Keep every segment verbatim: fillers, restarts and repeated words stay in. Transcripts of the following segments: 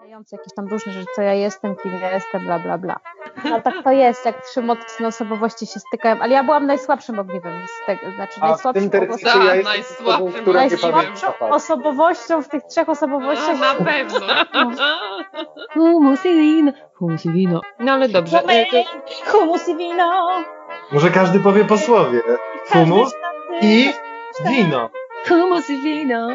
oceniające jakieś tam różne rzeczy, co ja jestem, kim ja jestem, bla, bla, bla. No tak to jest, jak trzy mocne osobowości się stykają, ale ja byłam najsłabszym ogniwem z tego, znaczy A najsłabszym w tym osobowością, ja Tak, jestem najsłabszym osobą, która nie najsłabszą pamięta. osobowością w tych trzech A, osobowościach. na pewno. Humus i wino, humus i wino. No ale dobrze. Moment, e, to- humus i wino. Może każdy powie po słowie. Humus i wino. Humus i wino.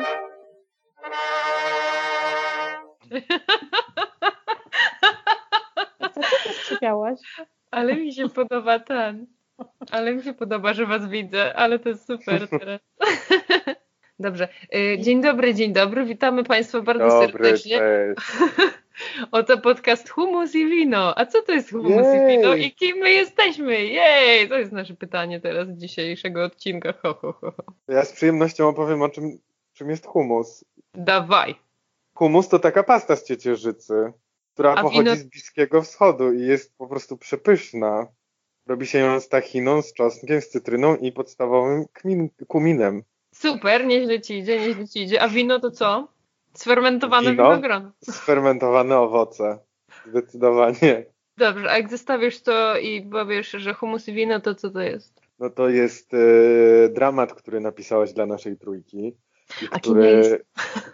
Co ty też przypiałaś? Ale mi się podoba ten. Ale mi się podoba, że was widzę, ale to jest super teraz. Dobrze. E, Dzień dobry, dzień dobry. Witamy Państwa bardzo Dobry, serdecznie. cześć. Oto podcast Humus i Wino. A co to jest Humus Jej. i Wino i kim my jesteśmy? Jej! To jest nasze pytanie teraz dzisiejszego odcinka. Ho, ho, ho. ho. Ja z przyjemnością opowiem o czym, czym jest humus. Dawaj. Humus to taka pasta z ciecierzycy, która A pochodzi wino- z Bliskiego Wschodu i jest po prostu przepyszna. Robi się ją z tachiną, z czosnkiem, z cytryną i podstawowym kmin, kuminem. Super, nieźle ci idzie, nieźle ci idzie. A wino to co? Sfermentowane Wino? winogron. Sfermentowane owoce. Zdecydowanie. Dobrze, a jak zestawisz to i powiesz, że humus i wino, to co to jest? No to jest e, dramat, który napisałaś dla naszej trójki. I A kim ja który...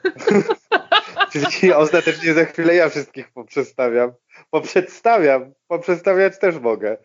Czyli ostatecznie za chwilę ja wszystkich poprzestawiam. Poprzedstawiam. Poprzestawiać też mogę.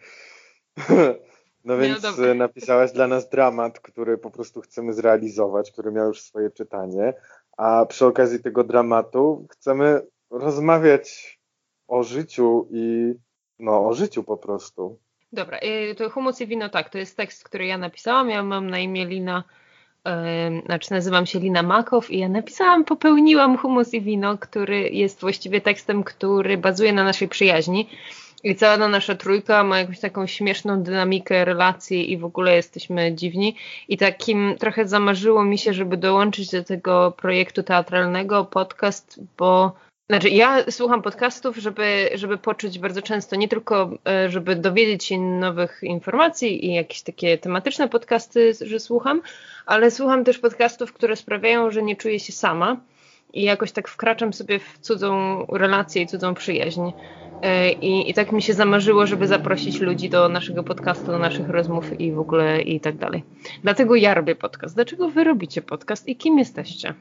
No Nie, więc dobra. e, napisałaś dla nas dramat, który po prostu chcemy zrealizować, który miał już swoje czytanie. A przy okazji tego dramatu chcemy rozmawiać o życiu i no o życiu po prostu. Dobra, y, to humus i wino, tak, to jest tekst, który ja napisałam. Ja mam na imię Lina, y, znaczy nazywam się Lina Makow i ja napisałam, popełniłam humus i wino, który jest właściwie tekstem, który bazuje na naszej przyjaźni. I cała ta nasza trójka ma jakąś taką śmieszną dynamikę relacji i w ogóle jesteśmy dziwni. I takim trochę zamarzyło mi się, żeby dołączyć do tego projektu teatralnego podcast, bo znaczy ja słucham podcastów, żeby, żeby poczuć bardzo często, nie tylko e, żeby dowiedzieć się nowych informacji i jakieś takie tematyczne podcasty, że słucham, ale słucham też podcastów, które sprawiają, że nie czuję się sama i jakoś tak wkraczam sobie w cudzą relację i cudzą przyjaźń. I, I tak mi się zamarzyło, żeby zaprosić ludzi do naszego podcastu, do naszych rozmów i w ogóle i tak dalej. Dlatego ja robię podcast. Dlaczego wy robicie podcast i kim jesteście?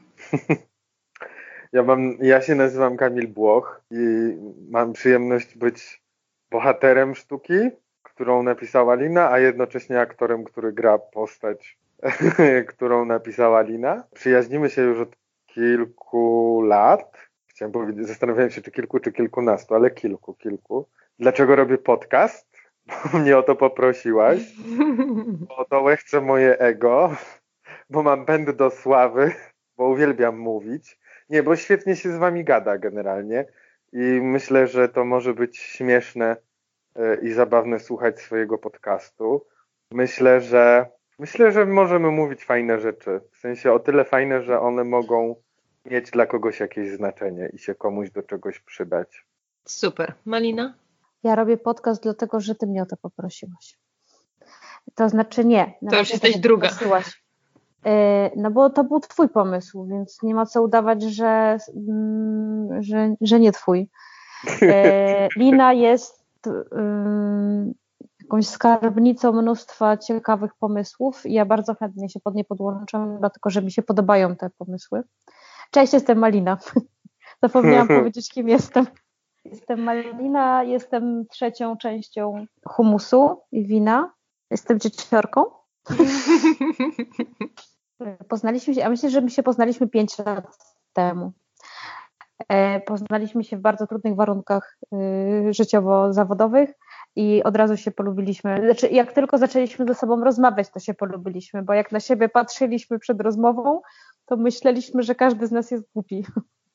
Ja mam, ja się nazywam Kamil Błoch i mam przyjemność być bohaterem sztuki, którą napisała Lina, a jednocześnie aktorem, który gra postać, którą napisała Lina. Przyjaźnimy się już od kilku lat. Chciałem powiedzieć, zastanawiałem się, czy kilku, czy kilkunastu, ale kilku, kilku. Dlaczego robię podcast? Bo mnie o to poprosiłaś. Bo to łechce moje ego, bo mam pęd do sławy, bo uwielbiam mówić. Nie, bo świetnie się z wami gada generalnie i myślę, że to może być śmieszne i zabawne słuchać swojego podcastu. Myślę, że myślę, że możemy mówić fajne rzeczy. W sensie o tyle fajne, że one mogą mieć dla kogoś jakieś znaczenie i się komuś do czegoś przydać. Super. Malina? Ja robię podcast dlatego, że ty mnie o to poprosiłaś. To znaczy nie. To już jesteś druga. Poprosiłaś. No bo to był twój pomysł, więc nie ma co udawać, że, że, że nie twój. Lina jest jakąś skarbnicą mnóstwa ciekawych pomysłów i ja bardzo chętnie się pod nie podłączam, dlatego że mi się podobają te pomysły. Cześć, jestem Malina. Zapomniałam powiedzieć, kim jestem. Jestem Malina, jestem trzecią częścią humusu i wina. Jestem dzieciorką. Poznaliśmy się, a myślę, że my się poznaliśmy pięć lat temu. Poznaliśmy się w bardzo trudnych warunkach życiowo-zawodowych i od razu się polubiliśmy. Znaczy, jak tylko zaczęliśmy ze sobą rozmawiać, to się polubiliśmy, bo jak na siebie patrzyliśmy przed rozmową, to myśleliśmy, że każdy z nas jest głupi.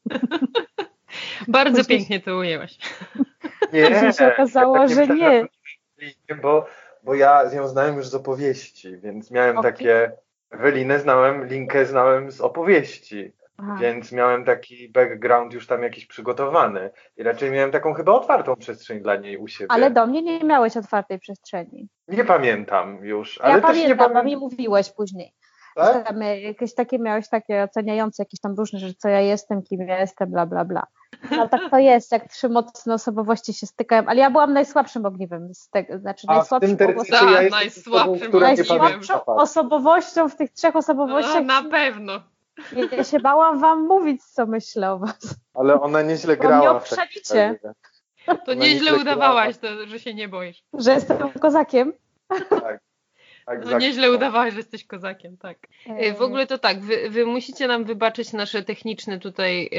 Bardzo Później... pięknie to ujęłaś. Nie, Później się okazało, ja tak że nie. Bo, bo ja z nią znałem już z opowieści, więc miałem Okay. takie... Ewelinę znałem, Linkę znałem z opowieści, Aha. więc miałem taki background już tam jakiś przygotowany i raczej miałem taką chyba otwartą przestrzeń dla niej u siebie. Ale do mnie nie miałeś otwartej przestrzeni. Nie pamiętam już. Ale ja też pamiętam, nie pamiętam, bo mi mówiłeś później. Tak? Tam jakieś takie miałeś takie oceniające jakieś tam różne rzeczy, co ja jestem, kim ja jestem, bla, bla, bla. No tak to jest, jak trzy mocne osobowości się stykają, ale ja byłam najsłabszym ogniwem, z tego, znaczy A w najsłabszym tym ogniwem. tercycie ja Tak, jestem najsłabszym osobą, która nie ogniwem. pamięta. Najsłabszą osobowością w tych trzech A, osobowościach. na pewno. Ja się bałam wam mówić, co myślę o was. Ale ona nieźle Bo mnie grała. w takim obszalicie. razie. To Ona nieźle nieźle udawałaś, to, że się nie boisz. Że jestem kozakiem. Tak. Tak, No nieźle udawałaś, że jesteś kozakiem, tak. Eee. W ogóle to tak, wy, wy musicie nam wybaczyć nasze techniczne tutaj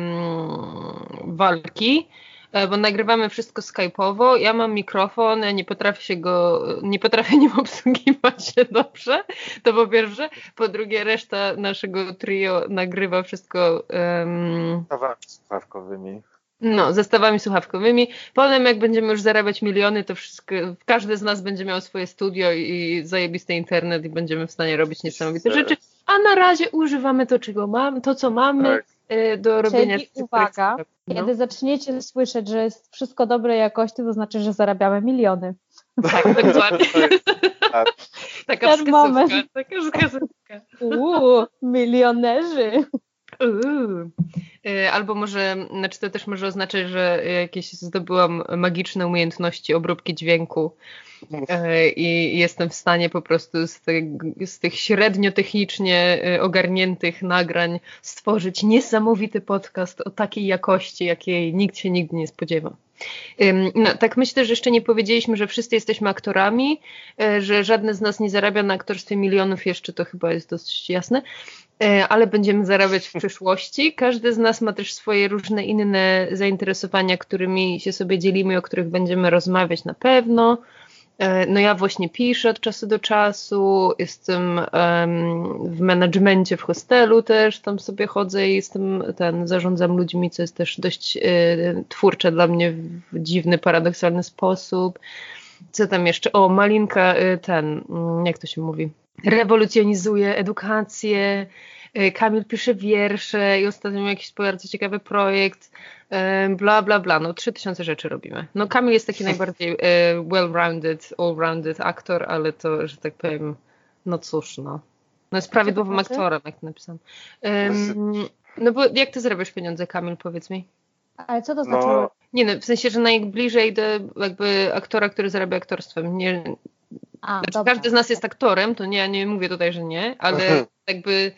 ym, walki, bo nagrywamy wszystko skype'owo. Ja mam mikrofon, ja nie potrafię się go, nie potrafię nim obsługiwać się dobrze, to po pierwsze. Po drugie, reszta naszego trio nagrywa wszystko ym, słuchawkowymi. No, zestawami słuchawkowymi. Potem jak będziemy już zarabiać miliony, to wszystko, każdy z nas będzie miał swoje studio i zajebisty internet i będziemy w stanie robić niesamowite rzeczy. A na razie używamy to, czego mamy, to co mamy tak. do robienia. Czyli uwaga, no. Kiedy zaczniecie słyszeć, że jest wszystko dobrej jakości, to znaczy, że zarabiamy miliony. Tak, dokładnie. Tak. Taka Ten wskazówka. moment. Taka wskazówka. Uuu, milionerzy. Uuu. Albo może, znaczy to też może oznaczać, że jakieś zdobyłam magiczne umiejętności obróbki dźwięku i jestem w stanie po prostu z, te, z tych średnio technicznie ogarniętych nagrań stworzyć niesamowity podcast o takiej jakości, jakiej nikt się nigdy nie spodziewa. No, tak myślę, że jeszcze nie powiedzieliśmy, że wszyscy jesteśmy aktorami, że żadne z nas nie zarabia na aktorstwie milionów, jeszcze to chyba jest dosyć jasne, ale będziemy zarabiać w przyszłości. Każdy z nas ma też swoje różne inne zainteresowania, którymi się sobie dzielimy, o których będziemy rozmawiać na pewno. No ja właśnie piszę od czasu do czasu, jestem um, w menadżmencie w hostelu też, tam sobie chodzę i jestem, ten, zarządzam ludźmi, co jest też dość y, twórcze dla mnie w dziwny, paradoksalny sposób. Co tam jeszcze? O, Malinka, y, ten, jak to się mówi? Rewolucjonizuje edukację, Kamil pisze wiersze i ostatnio miał jakiś bardzo ciekawy projekt, bla, bla, bla. No trzy tysiące rzeczy robimy. No Kamil jest taki najbardziej well-rounded, all-rounded aktor, ale to, że tak powiem, no cóż, no. No jest prawidłowym aktorem, jak to napisałam. Um, no bo jak ty zarabiasz pieniądze, Kamil, powiedz mi? Ale co to znaczy? No. Nie no, w sensie, że najbliżej do jakby aktora, który zarabia aktorstwem. Nie, A, znaczy, każdy z nas jest aktorem, to nie, ja nie mówię tutaj, że nie, ale jakby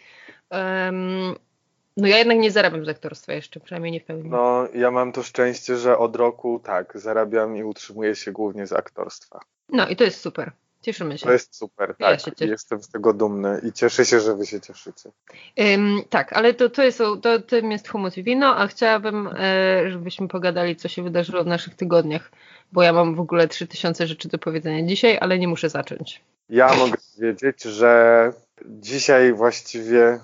um, no ja jednak nie zarabiam z aktorstwa jeszcze, przynajmniej nie w pełni. No ja mam to szczęście, że od roku tak, zarabiam i utrzymuję się głównie z aktorstwa. No i to jest super. Cieszymy się. To jest super, Ja tak. się cieszę. Jestem z tego dumny i cieszę się, że wy się cieszycie. Um, tak, ale to, to jest to, tym jest Humus i Wino, a chciałabym, e, żebyśmy pogadali, co się wydarzyło w naszych tygodniach, bo ja mam w ogóle trzy tysiące rzeczy do powiedzenia dzisiaj, ale nie muszę zacząć. Ja mogę powiedzieć, że dzisiaj właściwie,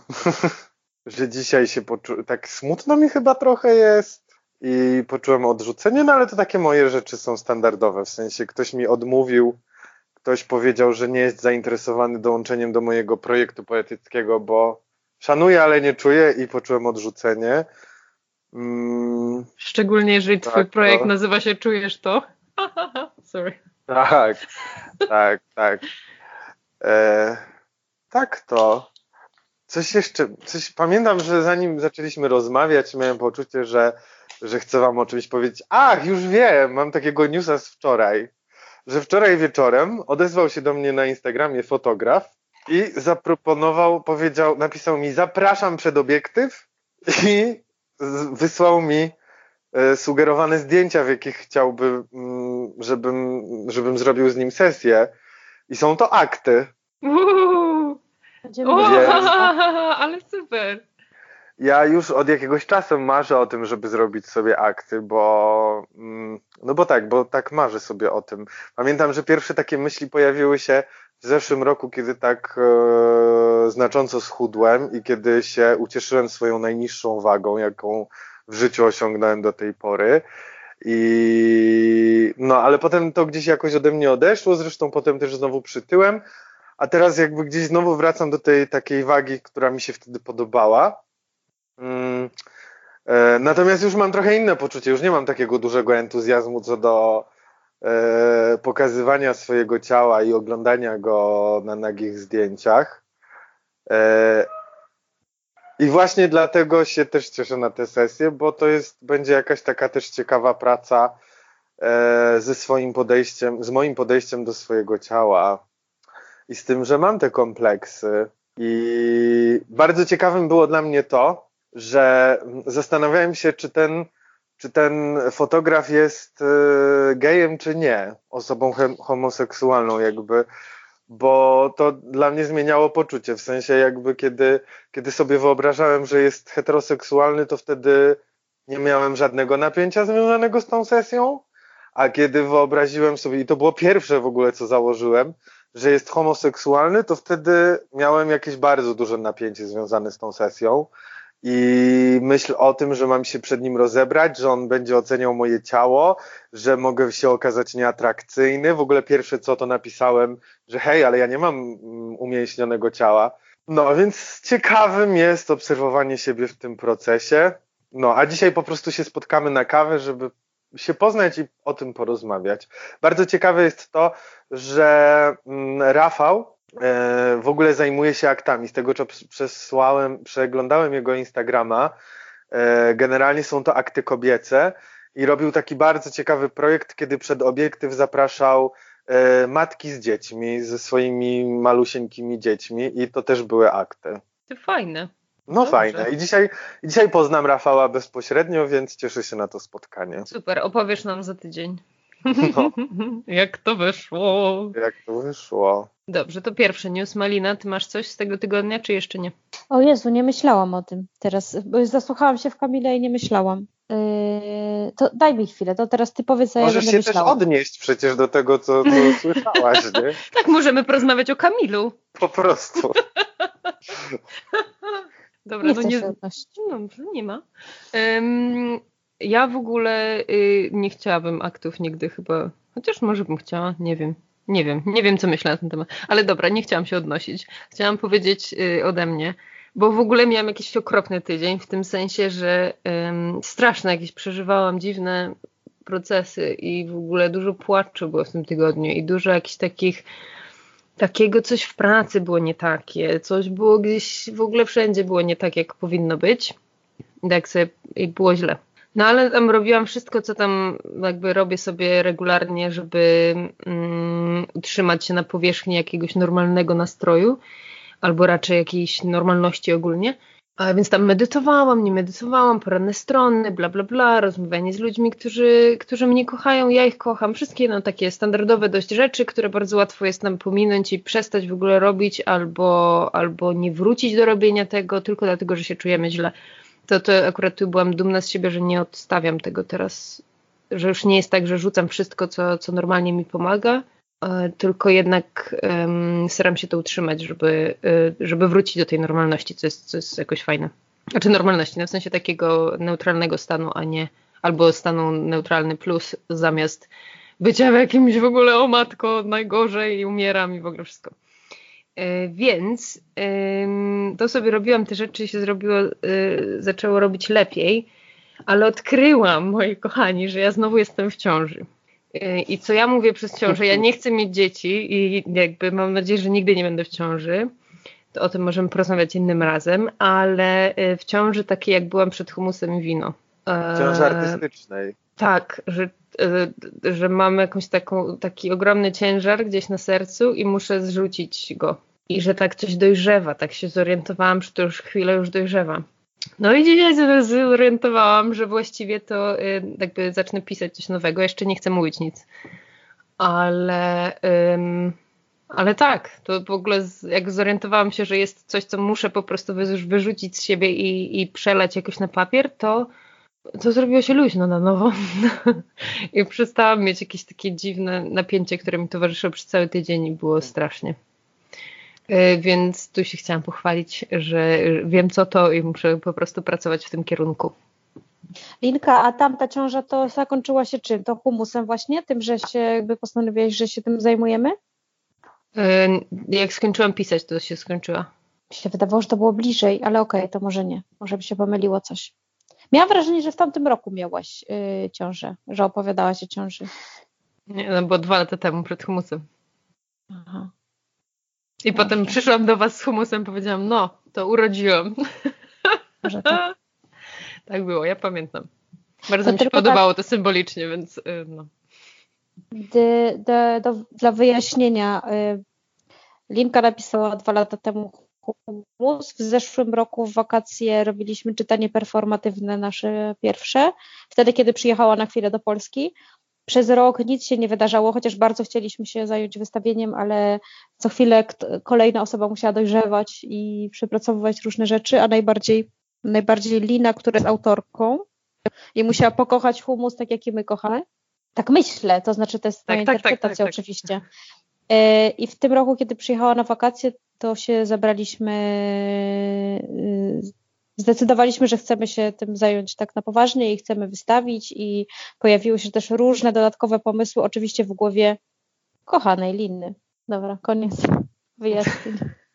że dzisiaj się poczułem, tak smutno mi chyba trochę jest i poczułem odrzucenie, no ale to takie moje rzeczy są standardowe, w sensie ktoś mi odmówił, ktoś powiedział, że nie jest zainteresowany dołączeniem do mojego projektu poetyckiego, bo szanuję, ale nie czuję i poczułem odrzucenie. Mm, Szczególnie jeżeli tak, twój projekt to... nazywa się Czujesz to? Sorry. Tak, tak, tak. E, tak to. Coś jeszcze, coś pamiętam, że zanim zaczęliśmy rozmawiać, miałem poczucie, że, że chcę wam o czymś powiedzieć. Ach, już wiem, mam takiego newsa z wczoraj, że wczoraj wieczorem odezwał się do mnie na Instagramie fotograf i zaproponował, powiedział, napisał mi zapraszam przed obiektyw i wysłał mi sugerowane zdjęcia, w jakich chciałby, żebym, żebym zrobił z nim sesję. I są to akty. Uuu. O, Więc ale super. ja już od jakiegoś czasu marzę o tym, żeby zrobić sobie akty, bo no bo tak, bo tak marzę sobie o tym. Pamiętam, że pierwsze takie myśli pojawiły się w zeszłym roku, kiedy tak e, znacząco schudłem i kiedy się ucieszyłem swoją najniższą wagą, jaką w życiu osiągnąłem do tej pory. I no, ale potem to gdzieś jakoś ode mnie odeszło, zresztą potem też znowu przytyłem, a teraz jakby gdzieś znowu wracam do tej takiej wagi, która mi się wtedy podobała. Mm, e, natomiast już mam trochę inne poczucie, już nie mam takiego dużego entuzjazmu co do e, pokazywania swojego ciała i oglądania go na nagich zdjęciach. E, I właśnie dlatego się też cieszę na tę sesję, bo to jest, będzie jakaś taka też ciekawa praca e, ze swoim podejściem, z moim podejściem do swojego ciała i z tym, że mam te kompleksy. I bardzo ciekawym było dla mnie to, że zastanawiałem się, czy ten, czy ten fotograf jest e, gejem, czy nie, osobą he, homoseksualną jakby. Bo to dla mnie zmieniało poczucie, w sensie jakby kiedy, kiedy sobie wyobrażałem, że jest heteroseksualny, to wtedy nie miałem żadnego napięcia związanego z tą sesją, a kiedy wyobraziłem sobie, i to było pierwsze w ogóle co założyłem, że jest homoseksualny, to wtedy miałem jakieś bardzo duże napięcie związane z tą sesją i myśl o tym, że mam się przed nim rozebrać, że on będzie oceniał moje ciało, że mogę się okazać nieatrakcyjny. W ogóle pierwsze co to napisałem, że hej, ale ja nie mam umięśnionego ciała. No więc ciekawym jest obserwowanie siebie w tym procesie. No a dzisiaj po prostu się spotkamy na kawę, żeby się poznać i o tym porozmawiać. Bardzo ciekawe jest to, że Rafał w ogóle zajmuje się aktami. Z tego, co przesłałem, przeglądałem jego Instagrama, generalnie są to akty kobiece i robił taki bardzo ciekawy projekt, kiedy przed obiektyw zapraszał matki z dziećmi, ze swoimi malusieńkimi dziećmi i to też były akty. To fajne. No Dobrze. Fajne. I dzisiaj, dzisiaj poznam Rafała bezpośrednio, więc cieszę się na to spotkanie. Super, opowiesz nam za tydzień. No. Jak to wyszło? Jak to wyszło? Dobrze, to pierwszy news. Malina, ty masz coś z tego tygodnia, czy jeszcze nie? O Jezu, nie myślałam o tym teraz, bo zasłuchałam się w Kamila i nie myślałam. Yy, to daj mi chwilę, to teraz ty powiedz, a ja Możesz będę się myślała. też odnieść przecież do tego, co, co słyszałaś, nie? Tak, możemy porozmawiać o Kamilu. Po prostu. Dobra, Nie no chcę nie, się odnosić. no, nie ma. Um, ja w ogóle y, nie chciałabym aktów nigdy chyba, chociaż może bym chciała, nie wiem. Nie wiem, nie wiem co myślę na ten temat, ale dobra, nie chciałam się odnosić. Chciałam powiedzieć y, ode mnie, bo w ogóle miałam jakiś okropny tydzień, w tym sensie, że ym, straszne jakieś przeżywałam dziwne procesy i w ogóle dużo płaczu było w tym tygodniu i dużo jakichś takich, takiego coś w pracy było nie takie, coś było gdzieś, w ogóle wszędzie było nie tak, jak powinno być. I tak sobie, i było źle. No ale tam robiłam wszystko, co tam jakby robię sobie regularnie, żeby um, utrzymać się na powierzchni jakiegoś normalnego nastroju, albo raczej jakiejś normalności ogólnie. A więc tam medytowałam, nie medytowałam, poranne strony, bla bla bla, rozmawianie z ludźmi, którzy, którzy mnie kochają, ja ich kocham. Wszystkie no, takie standardowe dość rzeczy, które bardzo łatwo jest nam pominąć i przestać w ogóle robić, albo, albo nie wrócić do robienia tego, tylko dlatego, że się czujemy źle. To, to akurat tu byłam dumna z siebie, że nie odstawiam tego teraz, że już nie jest tak, że rzucam wszystko, co, co normalnie mi pomaga, tylko jednak um, staram się to utrzymać, żeby, żeby wrócić do tej normalności, co jest, co jest jakoś fajne. Znaczy normalności, no w sensie takiego neutralnego stanu, a nie albo stanu neutralny plus zamiast bycia w jakimś w ogóle o matko, najgorzej i umieram i w ogóle wszystko. Yy, więc yy, to sobie robiłam te rzeczy, się zrobiło, yy, zaczęło robić lepiej, ale odkryłam, moi kochani, że ja znowu jestem w ciąży. I co ja mówię przez ciążę, ja nie chcę mieć dzieci i jakby mam nadzieję, że nigdy nie będę w ciąży, to o tym możemy porozmawiać innym razem, ale w ciąży takiej jak byłam przed humusem i wino. W ciąży artystycznej. Tak, że, że mam jakąś taką, taki ogromny ciężar gdzieś na sercu i muszę zrzucić go. I że tak coś dojrzewa, tak się zorientowałam, że to już chwilę już dojrzewa. No i dzisiaj się zorientowałam, że właściwie to jakby zacznę pisać coś nowego. Jeszcze nie chcę mówić nic. Ale, um, ale tak, to w ogóle jak zorientowałam się, że jest coś, co muszę po prostu wyrzucić z siebie i, i przelać jakoś na papier, to, to zrobiło się luźno na nowo. I przestałam mieć jakieś takie dziwne napięcie, które mi towarzyszyło przez cały tydzień i było strasznie. Więc tu się chciałam pochwalić, że wiem co to i muszę po prostu pracować w tym kierunku. Linka, a tamta ciąża to zakończyła się czym? To humusem właśnie? Tym, że się jakby postanowiłaś, że się tym zajmujemy? Jak skończyłam pisać, to się skończyła. Mi się wydawało, że to było bliżej, ale okej, okay, to może nie. Może by się pomyliło coś. Miałam wrażenie, że w tamtym roku miałaś yy, ciążę, że opowiadałaś o ciąży. Nie, no bo dwa lata temu przed humusem. Aha. I Dobrze. Potem przyszłam do was z humusem, powiedziałam, no, to urodziłam. Może tak. Tak było, ja pamiętam. Bardzo To mi się tylko podobało to symbolicznie, więc y, no. Dy, do, do, dla wyjaśnienia, y, Linka napisała dwa lata temu humus. W zeszłym roku w wakacje robiliśmy czytanie performatywne nasze pierwsze, wtedy kiedy przyjechała na chwilę do Polski. Przez rok nic się nie wydarzało, chociaż bardzo chcieliśmy się zająć wystawieniem, ale co chwilę kolejna osoba musiała dojrzewać i przepracowywać różne rzeczy, a najbardziej, najbardziej Lina, która jest autorką i musiała pokochać humus tak, jak i my kochamy. Tak myślę, to znaczy to jest tak, moja tak, interpretacja tak, tak, oczywiście. I w tym roku, kiedy przyjechała na wakacje, to się zabraliśmy, zdecydowaliśmy, że chcemy się tym zająć tak na poważnie i chcemy wystawić i pojawiły się też różne dodatkowe pomysły, oczywiście w głowie kochanej Liny. Dobra, koniec wyjaśnień.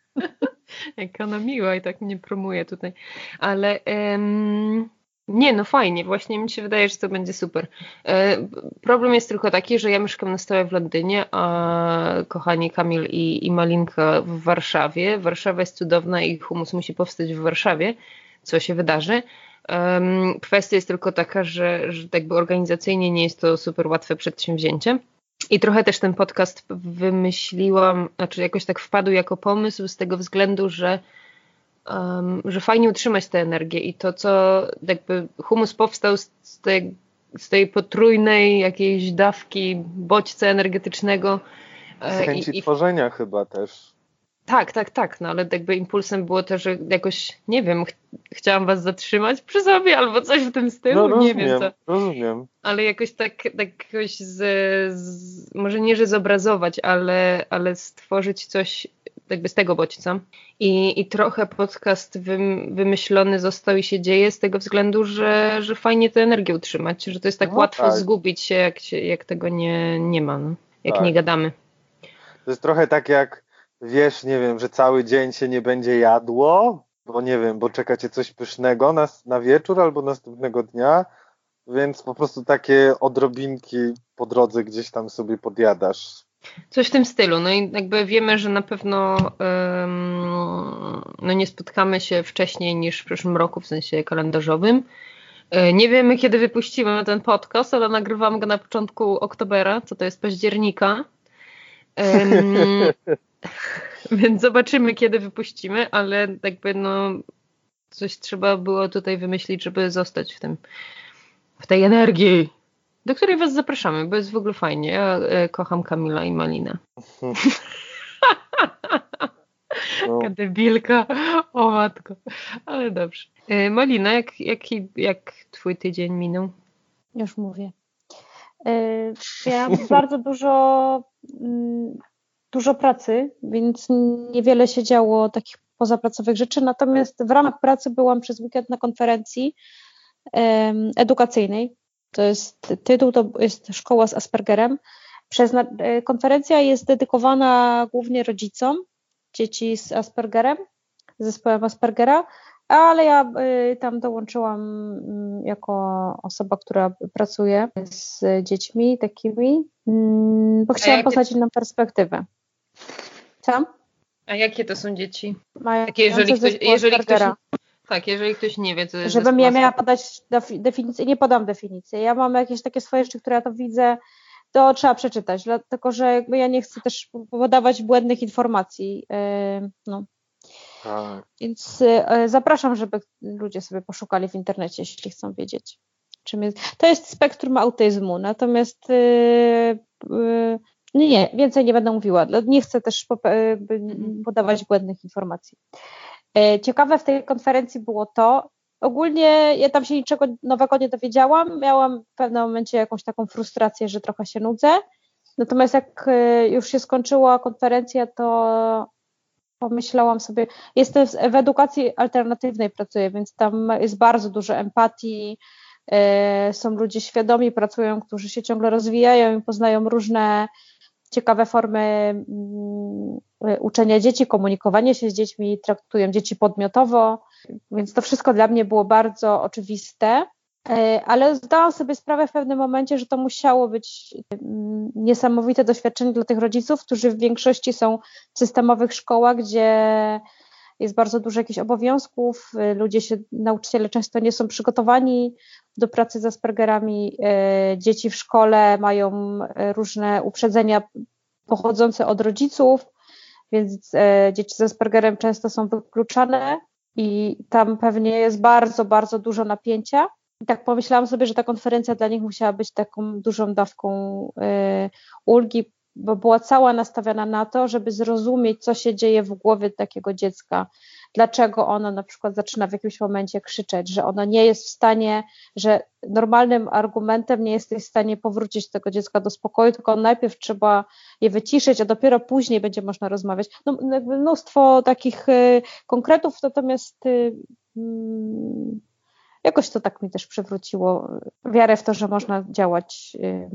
Jak ona miła i tak mnie promuje tutaj. Ale em, nie, no fajnie, właśnie mi się wydaje, że to będzie super. E, problem jest tylko taki, że ja mieszkam na stałe w Londynie, a kochani Kamil i, i Malinka w Warszawie. Warszawa jest cudowna i humus musi powstać w Warszawie, co się wydarzy. Um, kwestia jest tylko taka, że, że jakby organizacyjnie nie jest to super łatwe przedsięwzięcie. I trochę też ten podcast wymyśliłam, znaczy jakoś tak wpadł jako pomysł z tego względu, że, um, że fajnie utrzymać tę energię i to, co jakby humus powstał z tej, z tej potrójnej jakiejś dawki bodźca energetycznego. Z chęci i, tworzenia i... chyba też. Tak, tak, tak, no ale jakby impulsem było to, że jakoś, nie wiem, ch- chciałam was zatrzymać przy sobie albo coś w tym stylu, no, rozumiem, nie wiem co. rozumiem. Ale jakoś tak, tak jakoś z, z, może nie, że zobrazować, ale, ale stworzyć coś jakby z tego bodźca. I, i trochę podcast wym, wymyślony został i się dzieje z tego względu, że, że fajnie tę energię utrzymać, że to jest tak no, łatwo tak. zgubić się, jak, się, jak tego nie, nie ma, no, jak tak. nie gadamy. To jest trochę tak jak wiesz, nie wiem, że cały dzień się nie będzie jadło, bo nie wiem, bo czeka cię coś pysznego na, na wieczór albo następnego dnia, więc po prostu takie odrobinki po drodze gdzieś tam sobie podjadasz. Coś w tym stylu. No i jakby wiemy, że na pewno um, no nie spotkamy się wcześniej niż w przyszłym roku, w sensie kalendarzowym. Nie wiemy, kiedy wypuścimy ten podcast, ale nagrywam go na początku oktobera, co to jest października. Um, Więc zobaczymy, kiedy wypuścimy, ale jakby no coś trzeba było tutaj wymyślić, żeby zostać w tym, w tej energii, do której was zapraszamy, bo jest w ogóle fajnie. Ja e, kocham Kamila i Malinę. No. Taka debilka, o matko, ale dobrze. E, Malina, jak, jak, jak twój tydzień minął? Już mówię. Miałam bardzo dużo dużo pracy, więc niewiele się działo takich pozapracowych rzeczy, natomiast w ramach pracy byłam przez weekend na konferencji um, edukacyjnej. To jest tytuł, to jest Szkoła z Aspergerem. Przez, konferencja jest dedykowana głównie rodzicom dzieci z Aspergerem, z zespołem Aspergera, ale ja y, tam dołączyłam y, jako osoba, która pracuje z dziećmi takimi, y, bo chciałam jakie... poznać inną perspektywę. Co? A jakie to są dzieci? Mają takie, jeżeli ktoś, jeżeli ktoś, tak, jeżeli ktoś nie wie, co jest Żebym ja miała podać definicję, nie podam definicji. Ja mam jakieś takie swoje rzeczy, które ja to widzę, to trzeba przeczytać, dlatego że jakby ja nie chcę też podawać błędnych informacji. Yy, no. Tak. Więc yy, zapraszam, żeby ludzie sobie poszukali w internecie, jeśli chcą wiedzieć, czym jest. To jest spektrum autyzmu, natomiast yy, yy, nie, więcej nie będę mówiła. Nie chcę też podawać błędnych informacji. Ciekawe w tej konferencji było to, ogólnie ja tam się niczego nowego nie dowiedziałam, miałam w pewnym momencie jakąś taką frustrację, że trochę się nudzę, natomiast jak już się skończyła konferencja, to pomyślałam sobie, jestem w edukacji alternatywnej pracuję, więc tam jest bardzo dużo empatii, są ludzie świadomi, pracują, którzy się ciągle rozwijają i poznają różne ciekawe formy uczenia dzieci, komunikowania się z dziećmi, traktują dzieci podmiotowo, więc to wszystko dla mnie było bardzo oczywiste, ale zdałam sobie sprawę w pewnym momencie, że to musiało być niesamowite doświadczenie dla tych rodziców, którzy w większości są w systemowych szkołach, gdzie jest bardzo dużo jakichś obowiązków, ludzie się, nauczyciele często nie są przygotowani do pracy z Aspergerami, dzieci w szkole mają różne uprzedzenia pochodzące od rodziców, więc dzieci z Aspergerem często są wykluczane i tam pewnie jest bardzo, bardzo dużo napięcia. I tak pomyślałam sobie, że ta konferencja dla nich musiała być taką dużą dawką ulgi, bo była cała nastawiona na to, żeby zrozumieć, co się dzieje w głowie takiego dziecka, dlaczego ono na przykład zaczyna w jakimś momencie krzyczeć, że ono nie jest w stanie, że normalnym argumentem nie jesteś w stanie powrócić tego dziecka do spokoju, tylko najpierw trzeba je wyciszyć, a dopiero później będzie można rozmawiać. No, jakby mnóstwo takich y, konkretów, natomiast y, y, jakoś to tak mi też przywróciło wiarę w to, że można działać y,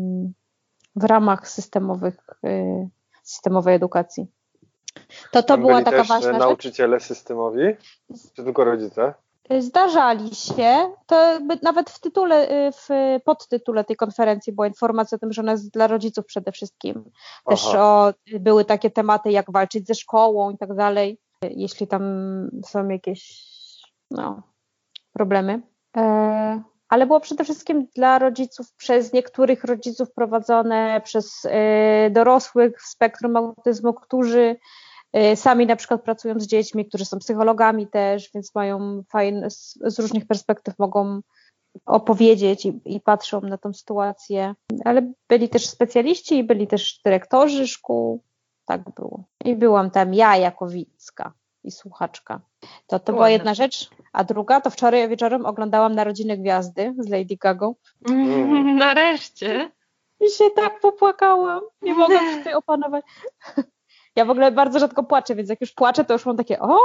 w ramach systemowych, systemowej edukacji. To to Tam była byli taka też ważna nauczyciele rzecz. systemowi? Czy tylko rodzice? Zdarzali się, to nawet w tytule, w podtytule tej konferencji była informacja o tym, że ona jest dla rodziców przede wszystkim. Też o, były takie tematy, jak walczyć ze szkołą i tak dalej, jeśli tam są jakieś no, problemy. E- ale było przede wszystkim dla rodziców, przez niektórych rodziców prowadzone, przez y, dorosłych w spektrum autyzmu, którzy y, sami na przykład pracują z dziećmi, którzy są psychologami też, więc mają fajne, z, z różnych perspektyw mogą opowiedzieć i, i patrzą na tą sytuację. Ale byli też specjaliści i byli też dyrektorzy szkół, tak było. I byłam tam ja jako widzka i słuchaczka. To, to była jedna rzecz, a druga to wczoraj wieczorem oglądałam Narodziny Gwiazdy z Lady Gagą. Mm, nareszcie. I się tak popłakałam. Nie mogłam się tutaj opanować. Ja w ogóle bardzo rzadko płaczę, więc jak już płaczę, to już mam takie o,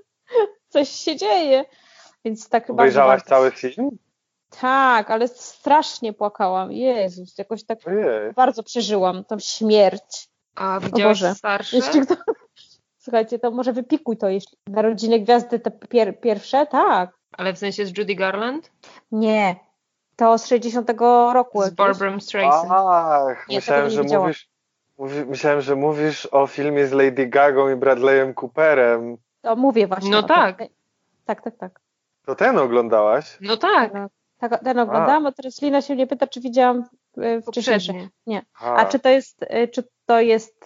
coś się dzieje. Więc tak chyba. Obejrzałaś cały film? Tak, ale strasznie płakałam. Jezus, jakoś tak Ojej. Bardzo przeżyłam tą śmierć. A widziałaś starsze? Jeśli kto... Słuchajcie, to może wypikuj to, jeśli Narodziny Gwiazdy te pier- pierwsze, tak. Ale w sensie z Judy Garland? Nie, to z sześćdziesiątego roku. Z Barbara Streisand. Ach, nie, myślałem, że mówisz, mówi, myślałem, że mówisz o filmie z Lady Gagą i Bradleyem Cooperem. To mówię właśnie. No tak. Tym. Tak, tak, tak. To ten oglądałaś? No tak. tak ten oglądałam, a teraz Lina się mnie pyta, czy widziałam wcześniej. Nie. A, a czy to jest, czy to jest